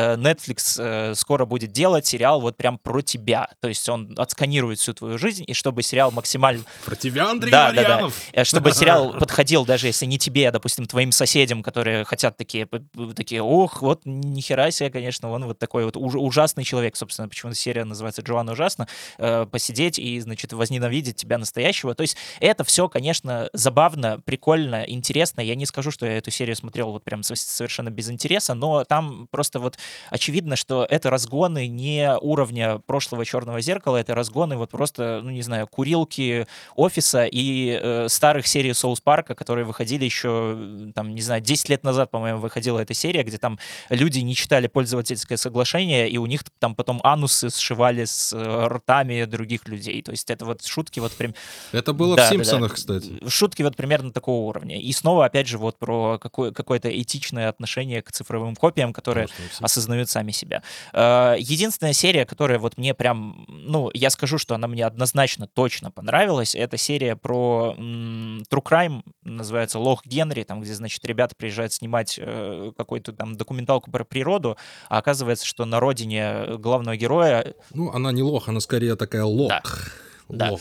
Netflix скоро будет делать сериал вот прям про тебя. То есть он отсканирует всю твою жизнь, и чтобы сериал максимально...
Про тебя, Андрей Марьянов!
Да. Чтобы сериал подходил даже если не тебе, а, допустим, твоим соседям, которые хотят такие, ох, вот нихера себе, конечно, он вот такой вот ужасный человек, собственно, почему серия называется «Джоанна ужасна», посидеть и, значит, возненавидеть тебя настоящего. То есть это все, конечно, забавно, прикольно, интересно. Я не скажу, что я эту серию смотрел вот прям совершенно без интереса, но там просто вот очевидно, что это разгоны не уровня прошлого «Черного зеркала», это разгоны вот просто, ну, не знаю, курилки «Офиса» и старых серий «Соус Парка», которые выходили еще, там, не знаю, 10 лет назад, по-моему, выходила эта серия, где там люди не читали пользовательское соглашение, и у них там потом анусы сшивали с ртами других людей. То есть это вот шутки вот прям...
Это было в «Симпсонах», кстати.
Шутки вот примерно такого уровня. И снова, опять же, вот про какое-то этичное отношение к цифровым копиям, которые осознают сами себя. Единственная серия, которая вот мне прям, ну, я скажу, что она мне однозначно точно понравилась, это серия про True Crime, называется «Лох Генри», там, где, значит, ребята приезжают снимать какую-то там документалку про природу, а оказывается, что на родине главного героя...
Ну, она не лох, она скорее такая лок.
Да. Да.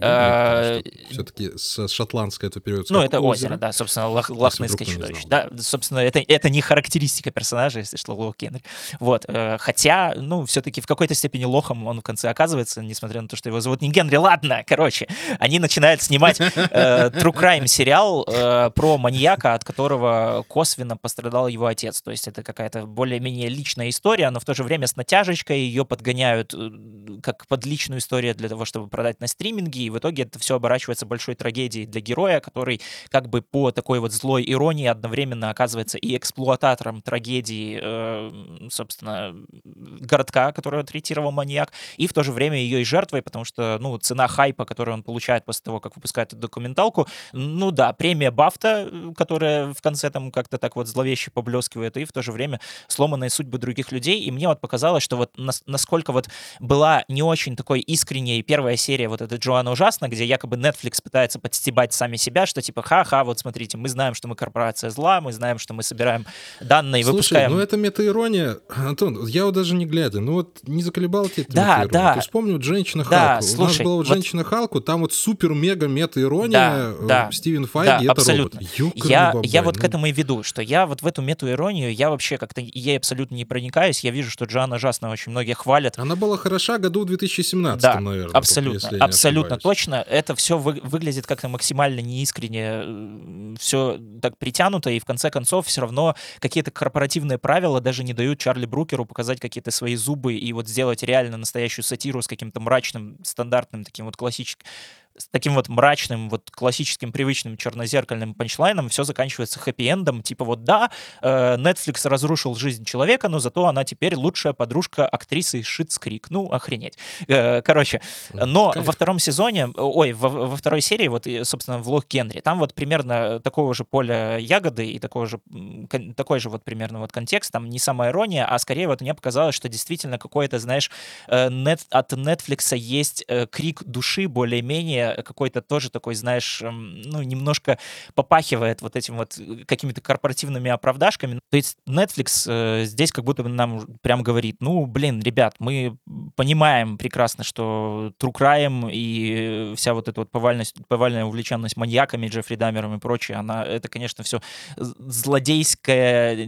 Все-таки с шотландской это переводится.
Ну, это озеро, да, собственно, Лохнесское чудовище. Да, собственно, это не характеристика персонажа, если что, Лох Генри. Вот. Хотя, ну, все-таки в какой-то степени лохом он в конце оказывается, несмотря на то, что его зовут не Генри. Ладно, короче, они начинают снимать True Crime сериал про маньяка, от которого косвенно пострадал его отец. То есть это какая-то более-менее личная история, но в то же время с натяжечкой ее подгоняют как под личную историю для того, чтобы продать на стриминге, и в итоге это все оборачивается большой трагедией для героя, который как бы по такой вот злой иронии одновременно оказывается и эксплуататором трагедии, собственно, городка, которого третировал маньяк, и в то же время ее и жертвой, потому что, ну, цена хайпа, которую он получает после того, как выпускает эту документалку, ну да, премия Бафта, которая в конце там как-то так вот зловеще поблескивает, и в то же время сломанные судьбы других людей, и мне вот показалось, что вот насколько вот была не очень такой искренней первая серия вот эта «Джоанна ужасна», где якобы Netflix пытается подстебать сами себя, что типа ха-ха, вот смотрите, мы знаем, что мы корпорация зла, мы знаем, что мы собираем данные и выпускаем...
ну это метаирония, Антон, я вот даже не глядя, ну вот не заколебал тебе это метаирония.
Да.
Ты вспомнил «Женщина
да,
Халк».
Слушай,
у нас была вот «Женщина Халку», там вот супер-мега метаирония, Стивен Файги, это
абсолютно.
робот.
Я вот к этому и веду, что я вот в эту метаиронию, я вообще как-то ей абсолютно не проникаюсь, я вижу, что «Джоанна ужасна» очень многие хвалят.
Она была хороша году в 2017, наверное.
Абсолютно.
если я не
абсолютно
ошибаюсь.
точно. Это все выглядит как-то максимально неискренне, все так притянуто, и в конце концов все равно какие-то корпоративные правила даже не дают Чарли Брукеру показать какие-то свои зубы и вот сделать реально настоящую сатиру с каким-то мрачным, стандартным таким вот классическим, с таким вот мрачным, вот классическим, привычным чернозеркальным панчлайном все заканчивается хэппи-эндом, типа вот да, Netflix разрушил жизнь человека, но зато она теперь лучшая подружка актрисы из Schitt's Creek. Ну, охренеть. Короче, но
Кайф.
во втором сезоне, во второй серии, вот, собственно, влог Генри, там вот примерно такого же поля ягоды и такой же вот примерно вот контекст, там не самая ирония, а скорее вот мне показалось, что действительно какой-то, знаешь, от Netflix есть крик души более-менее, какой-то тоже такой, знаешь, ну, немножко попахивает вот этим вот какими-то корпоративными оправдашками. То есть Netflix здесь как будто бы нам прям говорит, ну, блин, ребят, мы понимаем прекрасно, что True Crime и вся вот эта вот повальная увлеченность маньяками, Джеффри Даммером и прочее, это, конечно, все злодейское,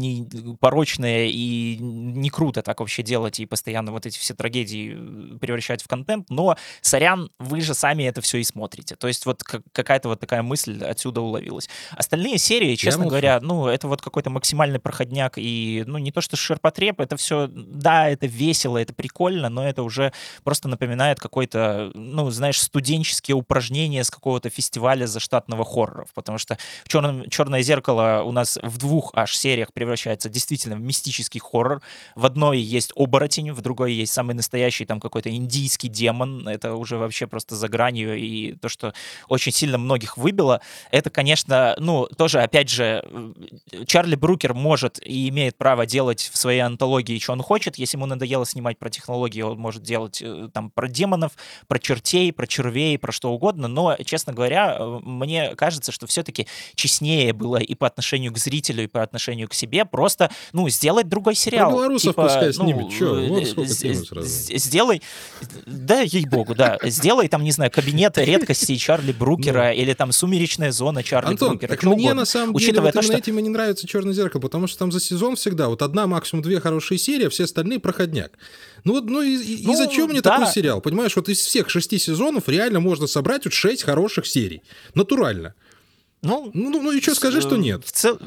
порочное и не круто так вообще делать и постоянно вот эти все трагедии превращать в контент, но, сорян, вы же сами это все и смотрите. То есть вот какая-то вот такая мысль отсюда уловилась. Остальные серии, честно говоря, ну, это вот какой-то максимальный проходняк и, ну, не то что ширпотреб, это все, да, это весело, это прикольно, но это уже просто напоминает какой-то, ну, знаешь, студенческие упражнения с какого-то фестиваля заштатного хорроров, потому что «Черное зеркало» у нас в 2 аж сериях превращается действительно в мистический хоррор. В одной есть оборотень, в другой есть самый настоящий там какой-то индийский демон. Это уже вообще просто за гранью, и то, что очень сильно многих выбило, это, конечно, ну, тоже, опять же, Чарли Брукер может и имеет право делать в своей антологии, что он хочет. Если ему надоело снимать про технологии, он может делать там про демонов, про чертей, про червей, про что угодно, но, честно говоря, мне кажется, что все-таки честнее было и по отношению к зрителю, и по отношению к себе просто, ну, сделать другой сериал.
Про белорусов
типа,
пускай
ну,
снимет, чё? Вот сколько снимет сразу.
Сделай, да, ей-богу, да, сделай там, не знаю, «Кабинет редкостей» Чарли Брукера или там «Сумеречная зона» Чарли
Антон,
Брукера.
так мне
угодно.
на самом деле
Учитывая
вот
то,
именно
что...
этим и не нравится «Черное зеркало», потому что там за сезон всегда вот 1, максимум 2 хорошие серии, а все остальные проходняк. Ну вот, и зачем мне такой сериал? Понимаешь, вот из всех 6 сезонов реально можно собрать вот 6 хороших серий. Натурально. Ну и что, скажи, что нет.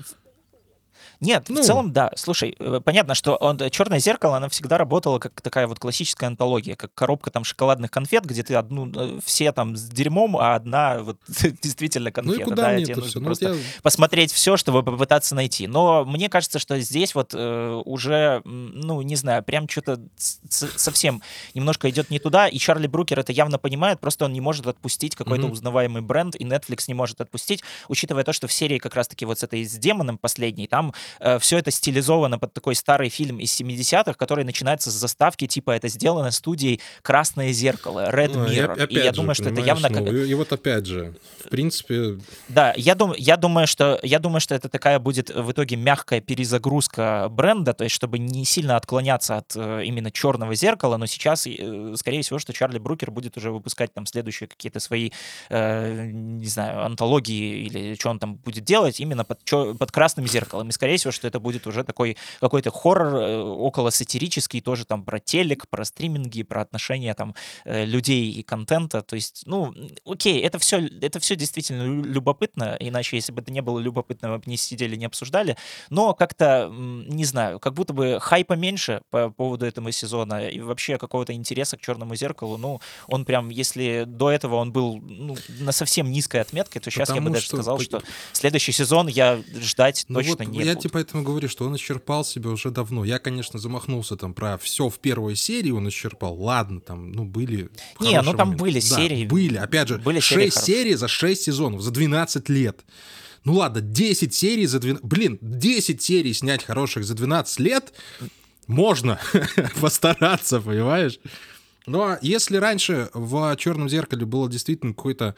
Нет, в целом, да. Слушай, понятно, что «Черное зеркало», она всегда работала как такая вот классическая антология, как коробка там шоколадных конфет, где ты все там с дерьмом, а одна вот действительно конфета.
Ну и куда
да,
мне
тебе
это
нужно
все?
просто посмотреть все, чтобы попытаться найти. Но мне кажется, что здесь вот уже, ну, не знаю, прям что-то совсем немножко идет не туда, и Чарли Брукер это явно понимает, просто он не может отпустить какой-то узнаваемый бренд, и Netflix не может отпустить, учитывая то, что в серии как раз-таки вот с этой с демоном последней, там все это стилизовано под такой старый фильм из 70-х, который начинается с заставки, типа это сделано студией «Красное зеркало», Red Mirror. И я думаю, что это явно...
И вот опять же, в принципе...
Да, я думаю, что это такая будет в итоге мягкая перезагрузка бренда, то есть чтобы не сильно отклоняться от именно «Черного зеркала», но сейчас, скорее всего, что Чарли Брукер будет уже выпускать там следующие какие-то свои, не знаю, антологии или что он там будет делать именно под «Красным зеркалом». И, скорее всего, что это будет уже такой какой-то хоррор около сатирический, тоже там про телек, про стриминги, про отношения там людей и контента. То есть, ну, окей, это все действительно любопытно, иначе, если бы это не было любопытно, мы бы не сидели, не обсуждали. Но как-то, не знаю, как будто бы хайпа меньше по поводу этого сезона и вообще какого-то интереса к «Черному зеркалу. Ну, он прям, если до этого он был на совсем низкой отметке, то сейчас я бы даже сказал, что следующий сезон я ждать точно не буду.
Я тебе поэтому говорю, что он исчерпал себя уже давно. Я, конечно, замахнулся там про все в первой серии он исчерпал. Ладно, там, были...
Не, там
моменты.
были серии.
Были, опять же,
были
6 серий за 6 сезонов, за 12 лет. Ну ладно, 10 серий за 12... 10 серий снять хороших за 12 лет можно постараться, понимаешь? Но если раньше в «Черном зеркале» было действительно какой-то...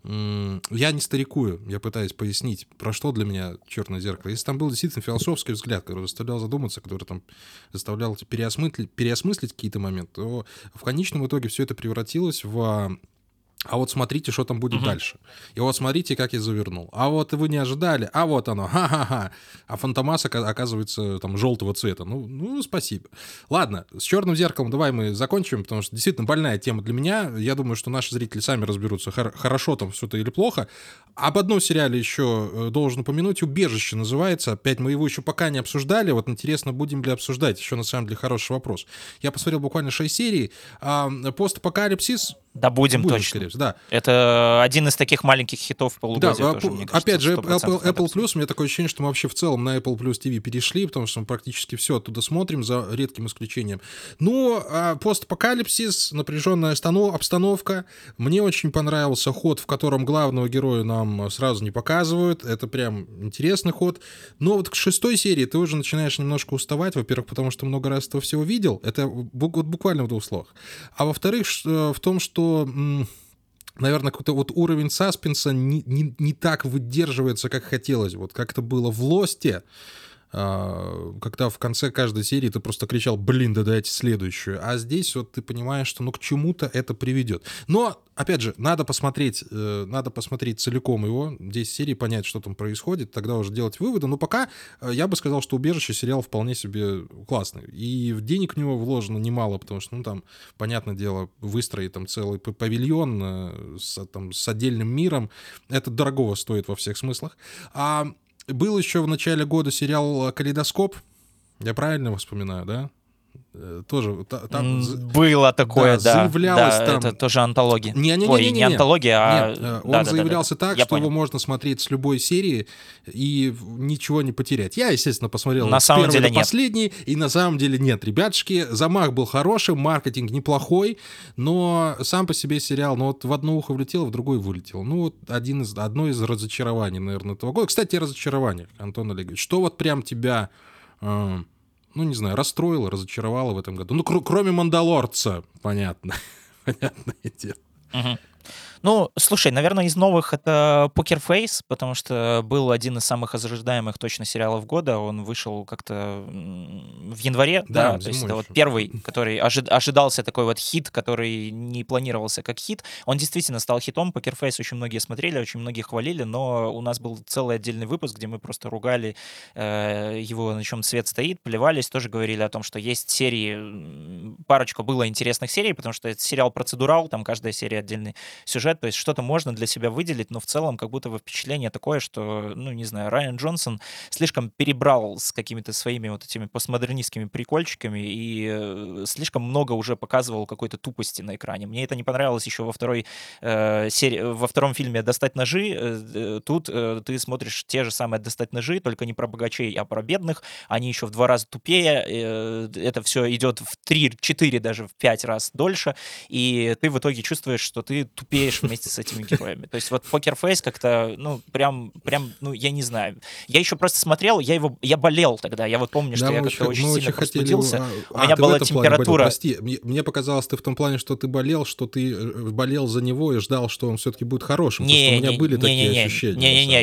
Я не старикую, я пытаюсь пояснить, про что для меня «Черное зеркало». Если там был действительно философский взгляд, который заставлял задуматься, который там заставлял переосмыслить какие-то моменты, то в конечном итоге все это превратилось в А вот смотрите, что там будет дальше. И вот смотрите, как я завернул. А вот вы не ожидали, а вот оно, ха-ха-ха. А Фантомас оказывается там желтого цвета. Ну, спасибо. Ладно, с «Черным зеркалом» давай мы закончим, потому что действительно больная тема для меня. Я думаю, что наши зрители сами разберутся, хорошо там все-то или плохо. Об одном сериале еще должен упомянуть. «Убежище» называется. Опять мы его еще пока не обсуждали. Вот интересно, будем ли обсуждать. Еще на самом деле хороший вопрос. Я посмотрел буквально 6 серий. Постапокалипсис.
Да, будем точно.
Да.
Это один из таких маленьких хитов полугодия тоже, мне кажется.
Опять же, Apple Plus, у меня такое ощущение, что мы вообще в целом на Apple Plus TV перешли, потому что мы практически все оттуда смотрим, за редким исключением. Ну, постапокалипсис, напряженная обстановка. Мне очень понравился ход, в котором главного героя нам сразу не показывают. Это прям интересный ход. Но вот к 6 серии ты уже начинаешь немножко уставать. Во-первых, потому что много раз этого всего видел. Это буквально в 2 словах. А во-вторых, в том, что наверное, какой-то вот уровень саспенса не так выдерживается, как хотелось. Вот как это было в «Лосте», когда в конце каждой серии ты просто кричал: блин, да дайте следующую. А здесь вот ты понимаешь, что к чему-то это приведет. Но, опять же, надо посмотреть целиком его, 10 серий, понять, что там происходит, тогда уже делать выводы. Но пока я бы сказал, что «Убежище» сериал вполне себе классный. И денег в него вложено немало, потому что, там, понятное дело, выстроить там целый павильон с отдельным миром, это дорогого стоит во всех смыслах. Был еще в начале года сериал «Калейдоскоп». Я правильно его вспоминаю, да? Тоже там
было такое, да.
Заявлялось
да,
там...
Это тоже антология.
Не
антология, а...
Нет, он заявлялся так, что его можно смотреть с любой серии и ничего не потерять. Я, естественно, посмотрел с первой до последней, и на самом деле нет, ребятушки. Замах был хороший, маркетинг неплохой, но сам по себе сериал, вот в одно ухо влетел, в другое вылетел. Вот одно из разочарований, наверное, этого года. Кстати, разочарование, Антон Олегович. Что вот прям тебя... не знаю, расстроило, разочаровало в этом году. Кроме «Мандалорца», понятно. Понятное дело.
Слушай, наверное, из новых это Poker Face, потому что был один из самых ожидаемых точно сериалов года. Он вышел как-то в январе, да, то есть это вот первый, который ожидался такой вот хит, который не планировался как хит. Он действительно стал хитом. Poker Face очень многие смотрели, очень многие хвалили, но у нас был целый отдельный выпуск, где мы просто ругали его, на чем свет стоит, плевались, тоже говорили о том, что есть серии, парочку было интересных серий, потому что это сериал процедурал, там каждая серия отдельный сюжет, то есть что-то можно для себя выделить, но в целом как будто бы впечатление такое, что, не знаю, Райан Джонсон слишком перебрал с какими-то своими вот этими постмодернистскими прикольчиками и слишком много уже показывал какой-то тупости на экране. Мне это не понравилось еще во второй серии, во втором фильме «Достать ножи». Тут ты смотришь те же самые «Достать ножи», только не про богачей, а про бедных. Они еще в 2 раза тупее. Это все идет в 3, 4, даже в 5 раз дольше. И ты в итоге чувствуешь, что ты тупеешь вместе с этими героями. То есть вот Poker Face как-то, прям, я не знаю. Я еще просто смотрел, я болел тогда. Я вот помню, что я как-то очень сильно простудился. У меня была температура.
Прости, мне показалось, ты в том плане, что ты болел болел за него и ждал, что он все-таки будет хорошим. Потому что у меня были такие ощущения.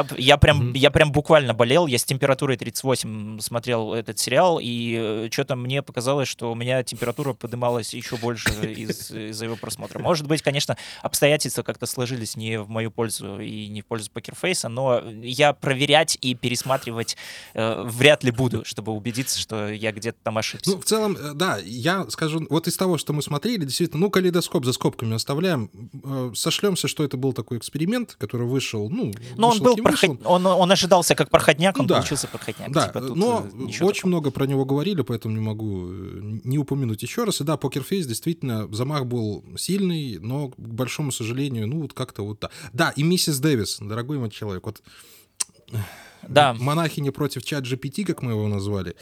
Я прям буквально болел. Я с температурой 38 смотрел этот сериал, и что-то мне показалось, что у меня температура поднималась еще больше из-за его просмотра. Может быть, конечно, обстоятельства как-то сложились не в мою пользу и не в пользу покерфейса, но я проверять и пересматривать вряд ли буду, чтобы убедиться, что я где-то там ошибся.
В целом, да, я скажу, вот из того, что мы смотрели, действительно, «Калейдоскоп» за скобками оставляем, сошлемся, что это был такой эксперимент, который вышел,
он ожидался как проходняк, он получился проходняк.
Да, но очень много про него говорили, поэтому не могу не упомянуть еще раз. И да, Poker Face действительно, замах был сильный, но, к большому сожалению, как-то вот так. Да, и «Миссис Дэвис», дорогой мой человек, вот... Да. «Монахиня против ChatGPT», как мы его назвали.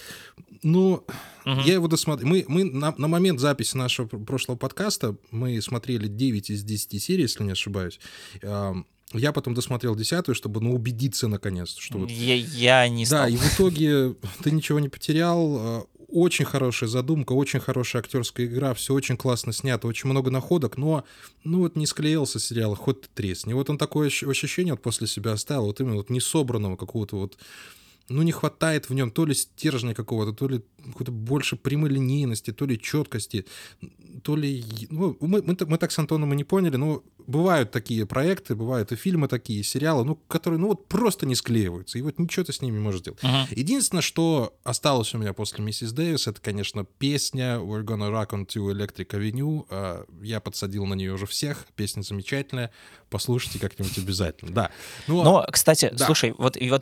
Я его досмотрел. Мы на момент записи нашего прошлого подкаста мы смотрели 9 из 10 серий, если не ошибаюсь. Я потом досмотрел 10-ю, чтобы убедиться наконец, что...
Я не стал.
Да, и в итоге ты ничего не потерял. Очень хорошая задумка, очень хорошая актерская игра, все очень классно снято, очень много находок, но не склеился сериал, хоть ты тресни. Вот он такое ощущение после себя оставил, вот именно несобранного какого-то не хватает в нем то ли стержня какого-то, то ли какой-то больше прямолинейности, то ли четкости, то ли... Мы так с Антоном и не поняли, но бывают такие проекты, бывают и фильмы такие, и сериалы, ну, которые, ну, вот просто не склеиваются, и вот ничего ты с ними не можешь делать. Единственное, что осталось у меня после «Миссис Дэвис», это, конечно, песня «We're Gonna Rock on to Electric Avenue». Я подсадил на нее уже всех, песня замечательная, послушайте как-нибудь обязательно, да.
Но, кстати,
да.
Слушай,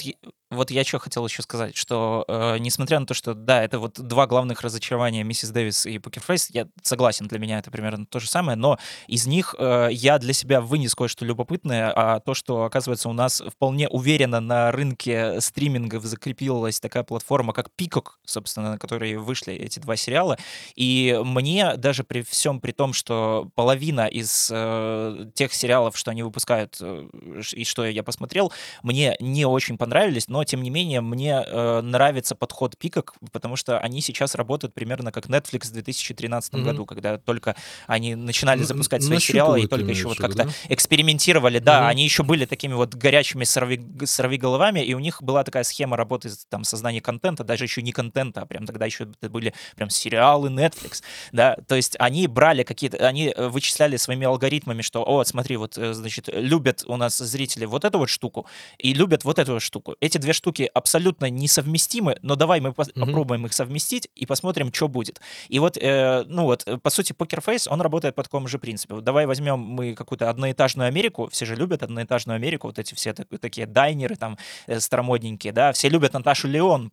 вот я что хотел еще сказать, что несмотря на то, что, да, это вот два главных разочарования «Миссис Дэвис» и «Покер Фейс», я согласен, для меня это примерно то же самое, но из них я для себя вынес кое-что любопытное, а то, что, оказывается, у нас вполне уверенно на рынке стримингов закрепилась такая платформа, как Peacock, собственно, на которой вышли эти два сериала, и мне даже при всем при том, что половина из тех сериалов, что они выпускают и что я посмотрел, мне не очень понравились, но, тем не менее, мне нравится подход Peacock, потому что они сейчас работают примерно как Netflix в 2013 году, когда только они начинали запускать свои сериалы и только еще вот как-то экспериментировали. Да, они еще были такими вот горячими сорвиголовами, и у них была такая схема работы, там, создания контента, даже еще не контента, а прям тогда еще это были прям сериалы Netflix, да, то есть они брали какие-то, они вычисляли своими алгоритмами, что, о, смотри, вот, значит, любят у нас зрители вот эту вот штуку и любят вот эту вот штуку. Эти две штуки абсолютно несовместимы, но давай мы попробуем их совместить и посмотрим, что будет. И вот, ну вот, по сути, Poker Face, он работает по такому же принципу. Вот давай возьмем мы какую-то одноэтажную Америку, все же любят одноэтажную Америку, вот эти все такие дайнеры там старомодненькие, да, все любят Наташу Леон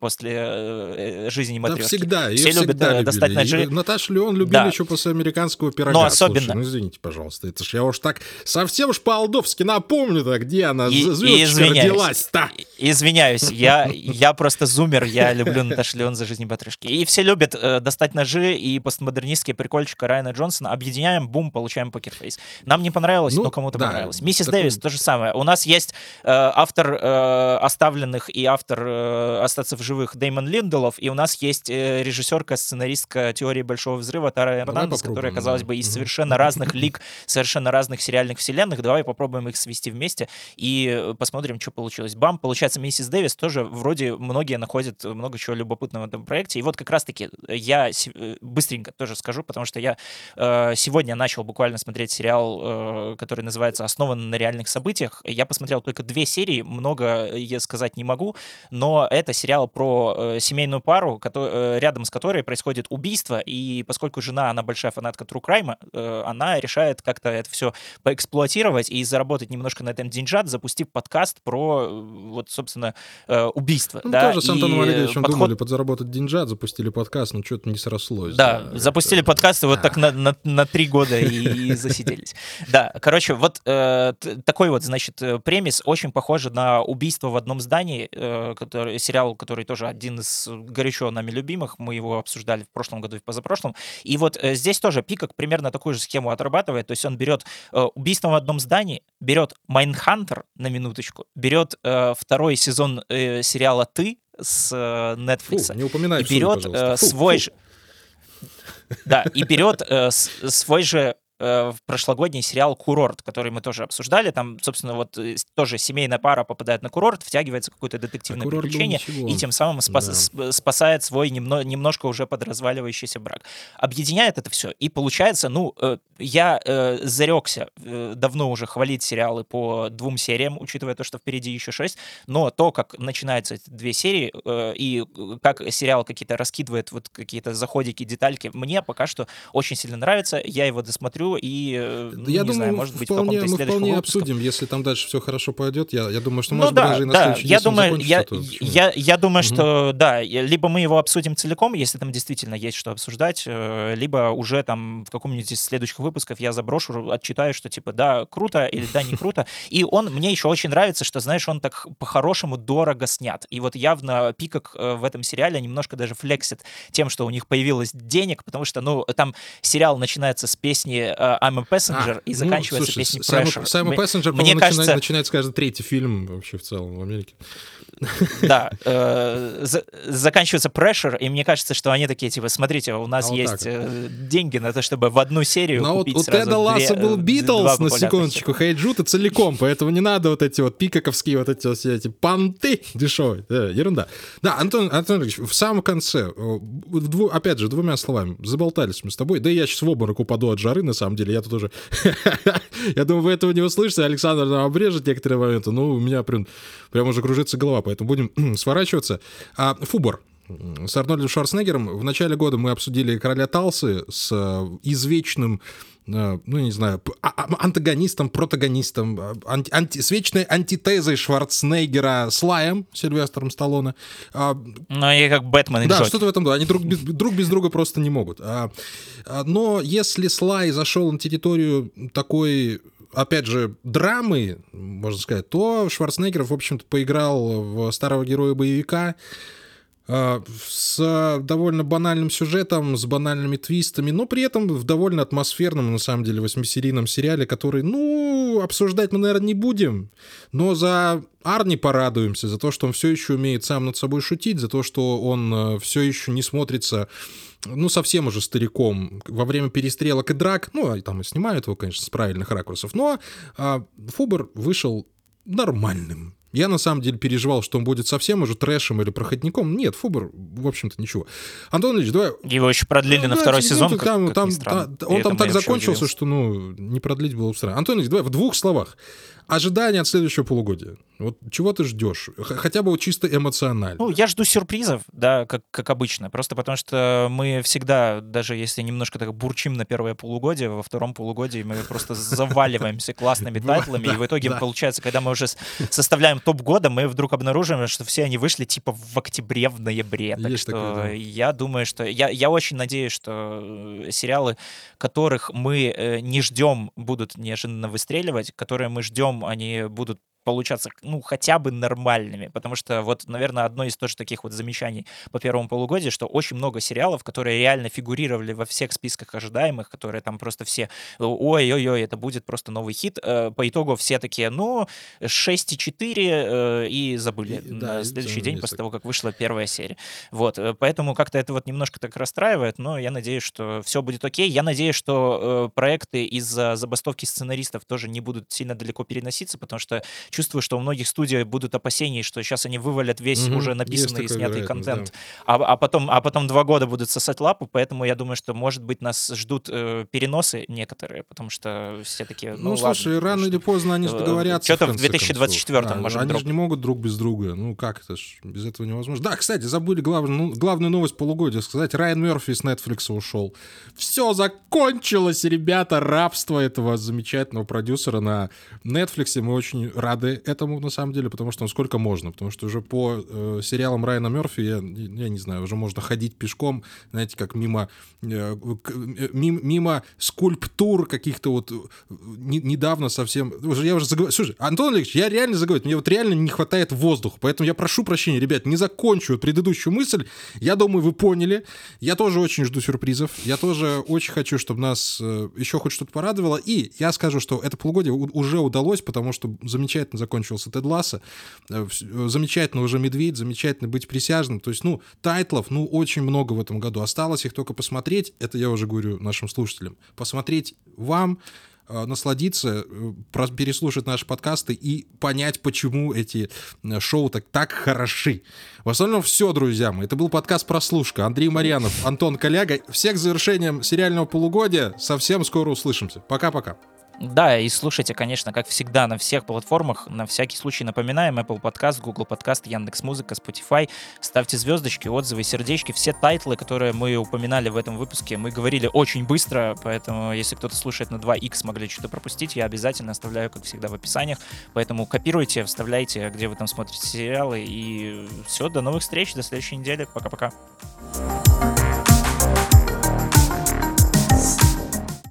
после «Жизни матрешки».
Да, всегда,
все любят достать ножи.
Наташу Леон любили еще после «Американского пирога».
Но особенно...
Слушай, ну извините, пожалуйста, это ж я уж так совсем уж по-алдовски напомню-то, где она, звездочка родилась-то.
Извиняюсь, я просто зумер, я люблю Наташу Леон за «Жизнь матрешки». И все любят достать ножи и постмодернистские прикольчика Райана Джонсона. Объединяем, бум, получаем Poker Face. Нам не понравилось, но кому-то понравилось. «Миссис Дэвис» то же самое. У нас есть автор «Оставленных» и автор «Остаться в живых» Дэймон Линделов, и у нас есть режиссерка, сценаристка «Теории большого взрыва» Тара Эрнандес, которая, казалось бы, из совершенно разных лиг, совершенно разных сериальных вселенных. Давай попробуем их свести вместе и посмотрим, что получилось. Бам, получается, «Миссис Дэвис» тоже вроде многие находят много чего любопытного в этом проекте. И вот как раз-таки я быстренько тоже скажу, потому что я сегодня начал буквально смотреть сериал, который называется «Основан на реальных событиях». Я посмотрел только 2 серии, много я сказать не могу, но это сериал про семейную пару, рядом с которой происходит убийство, и поскольку жена, она большая фанатка True Crime, она решает как-то это все поэксплуатировать и заработать немножко на этом деньжат, запустив подкаст про, вот, собственно, убийство.
Ну,
да?
тоже с Антоном Олеговичем думали подзаработать деньжат, запустили подкаст, но что-то не срослось.
Да, запустили подкаст, и вот так на 3 года и засиделись. Да, короче, вот такой вот, значит, премис очень похож на «Убийство в одном здании», сериал, который тоже один из горячо нами любимых, мы его обсуждали в прошлом году и в позапрошлом. И вот здесь тоже Peacock примерно такую же схему отрабатывает, то есть он берет «Убийство в одном здании», берет «Майндхантер», на минуточку, берет 2-й сезон сериала «Ты» с Netflix.
Фу, не упоминай
и берет свой же... Да, и берет свой же прошлогодний сериал «Курорт», который мы тоже обсуждали. Там, собственно, вот тоже семейная пара попадает на курорт, втягивается в какое-то детективное приключение и тем самым спасает свой немножко уже подразваливающийся брак. Объединяет это все, и получается, ну, я зарекся давно уже хвалить сериалы по 2 сериям, учитывая то, что впереди еще 6, но то, как начинаются эти 2 серии, и как сериал какие-то раскидывает вот какие-то заходики, детальки, мне пока что очень сильно нравится. Я его досмотрю, и, ну,
я
не
думаю,
знаю, может быть, в каком-то из
мы
следующих
вполне
выпусков.
Обсудим, если там дальше все хорошо пойдет. Я думаю, что, может быть, даже и на следующий
я
день
думаю, я думаю,
Мгм.
что, да, либо мы его обсудим целиком, если там действительно есть что обсуждать, либо уже там в каком-нибудь из следующих выпусков я заброшу, отчитаю, что типа, да, круто, или да, не круто. И он, мне еще очень нравится, что, знаешь, он так по-хорошему дорого снят. И вот явно Peacock в этом сериале немножко даже флексит тем, что у них появилось денег, потому что, ну, там сериал начинается с песни I'm a Passenger и заканчивается песней Pressure.
Simon Passenger,
Мне кажется,
начинается каждый 3-й фильм вообще в целом в Америке.
Да, заканчивается Pressure, и мне кажется, что они такие, типа, смотрите, у нас
вот
есть деньги на то, чтобы в одну серию купить
вот
сразу
у Теда Ласса был
2
Битлз, на
популярных
секундочку, Хейджута целиком, поэтому не надо вот эти вот пикаковские вот эти все эти понты дешевые, ерунда. Да, Антон Ильич, в самом конце, опять же, 2 словами, заболтались мы с тобой, да и я сейчас в обморок упаду от жары, на самом деле. Я тут уже... Я думаю, вы этого не услышите. Александр нам обрежет некоторые моменты. Ну, у меня прям уже кружится голова, поэтому будем сворачиваться. Фубор с Арнольдом Шварценеггером. В начале года мы обсудили «Короля Талсы» с извечным, ну, не знаю, антагонистом, протагонистом, с вечной антитезой Шварценеггера Слаем, Сильвестром Сталлоне.
Ну, и как Бэтмен и Джокер.
Да, что-то в этом, да. Они друг без друга просто не могут. Но если Слай зашел на территорию такой, опять же, драмы, можно сказать, то Шварценеггер, в общем-то, поиграл в старого героя-боевика, с довольно банальным сюжетом, с банальными твистами, но при этом в довольно атмосферном, на самом деле, 8-серийном сериале, который, ну, обсуждать мы, наверное, не будем, но за Арни порадуемся, за то, что он все еще умеет сам над собой шутить, за то, что он все еще не смотрится, ну, совсем уже стариком во время перестрелок и драк, ну, там и снимают его, конечно, с правильных ракурсов, но Фубор вышел нормальным. Я, на самом деле, переживал, что он будет совсем уже трэшем или проходником. Нет, Фубор, в общем-то, ничего. Антон Ильич, давай...
Его еще продлили на второй сезон,
он там так закончился, что, ну, не продлить было бы странно. Антон Ильич, давай в 2 словах. Ожидания от следующего полугодия. Вот чего ты ждешь? Хотя бы вот чисто эмоционально.
Ну, я жду сюрпризов, да, как обычно. Просто потому что мы всегда, даже если немножко так бурчим на первое полугодие, во втором полугодии мы просто заваливаемся классными тайтлами. И в итоге, получается, когда мы уже составляем топ года, мы вдруг обнаруживаем, что все они вышли типа в октябре, в ноябре. Так что я думаю, что... Я очень надеюсь, что сериалы, которых мы не ждем, будут неожиданно выстреливать, которые мы ждем, они будут получаться, ну, хотя бы нормальными, потому что вот, наверное, одно из тоже таких вот замечаний по первому полугодию, что очень много сериалов, которые реально фигурировали во всех списках ожидаемых, которые там просто все, ой-ой-ой, это будет просто новый хит, по итогу все такие, ну, 6,4 и забыли на следующий день после того, как вышла первая серия. Вот, поэтому как-то это вот немножко так расстраивает, но я надеюсь, что все будет окей. Я надеюсь, что проекты из-за забастовки сценаристов тоже не будут сильно далеко переноситься, потому что чувствую, что у многих студий будут опасения, что сейчас они вывалят весь уже написанный и снятый контент, да. а потом 2 года будут сосать лапу, поэтому я думаю, что, может быть, нас ждут переносы некоторые, потому что все такие, ну
слушай,
ладно,
рано или поздно они же договорятся.
Что-то в 2024
да,
может
они
дропнуть.
же не могут друг без друга, ну как это ж, без этого невозможно. Да, кстати, забыли главную новость полугодия сказать, Райан Мерфи из Netflix ушел. Все закончилось, ребята, рабство этого замечательного продюсера на Netflix, мы очень рады этому, на самом деле, потому что сколько можно, потому что уже по сериалам Райана Мерфи, я не знаю, уже можно ходить пешком, знаете, как мимо скульптур каких-то вот недавно совсем... Я уже заговорил. Слушай, Антон Ильич, я реально заговорил, мне вот реально не хватает воздуха, поэтому я прошу прощения, ребят, не закончу предыдущую мысль, я думаю, вы поняли, я тоже очень жду сюрпризов, я тоже очень хочу, чтобы нас еще хоть что-то порадовало, и я скажу, что это полугодие уже удалось, потому что замечательно закончился Тед Лассо, замечательно уже «Медведь», замечательно «Быть присяжным», то есть, ну, тайтлов, ну, очень много в этом году, осталось их только посмотреть, это я уже говорю нашим слушателям, посмотреть вам, насладиться, переслушать наши подкасты и понять, почему эти шоу так хороши. В остальном все, друзья мои. Это был подкаст «Прослушка». Андрей Марьянов, Антон Коляга. Всех с завершением сериального полугодия. Совсем скоро услышимся. Пока-пока.
Да, и слушайте, конечно, как всегда, на всех платформах. На всякий случай напоминаем: Apple Podcast, Google Podcast, Яндекс.Музыка, Spotify. Ставьте звездочки, отзывы, сердечки. Все тайтлы, которые мы упоминали в этом выпуске, мы говорили очень быстро, поэтому если кто-то слушает на 2х, могли что-то пропустить, я обязательно оставляю, как всегда, в описаниях. Поэтому копируйте, вставляйте, где вы там смотрите сериалы. И все, до новых встреч, до следующей недели. Пока-пока.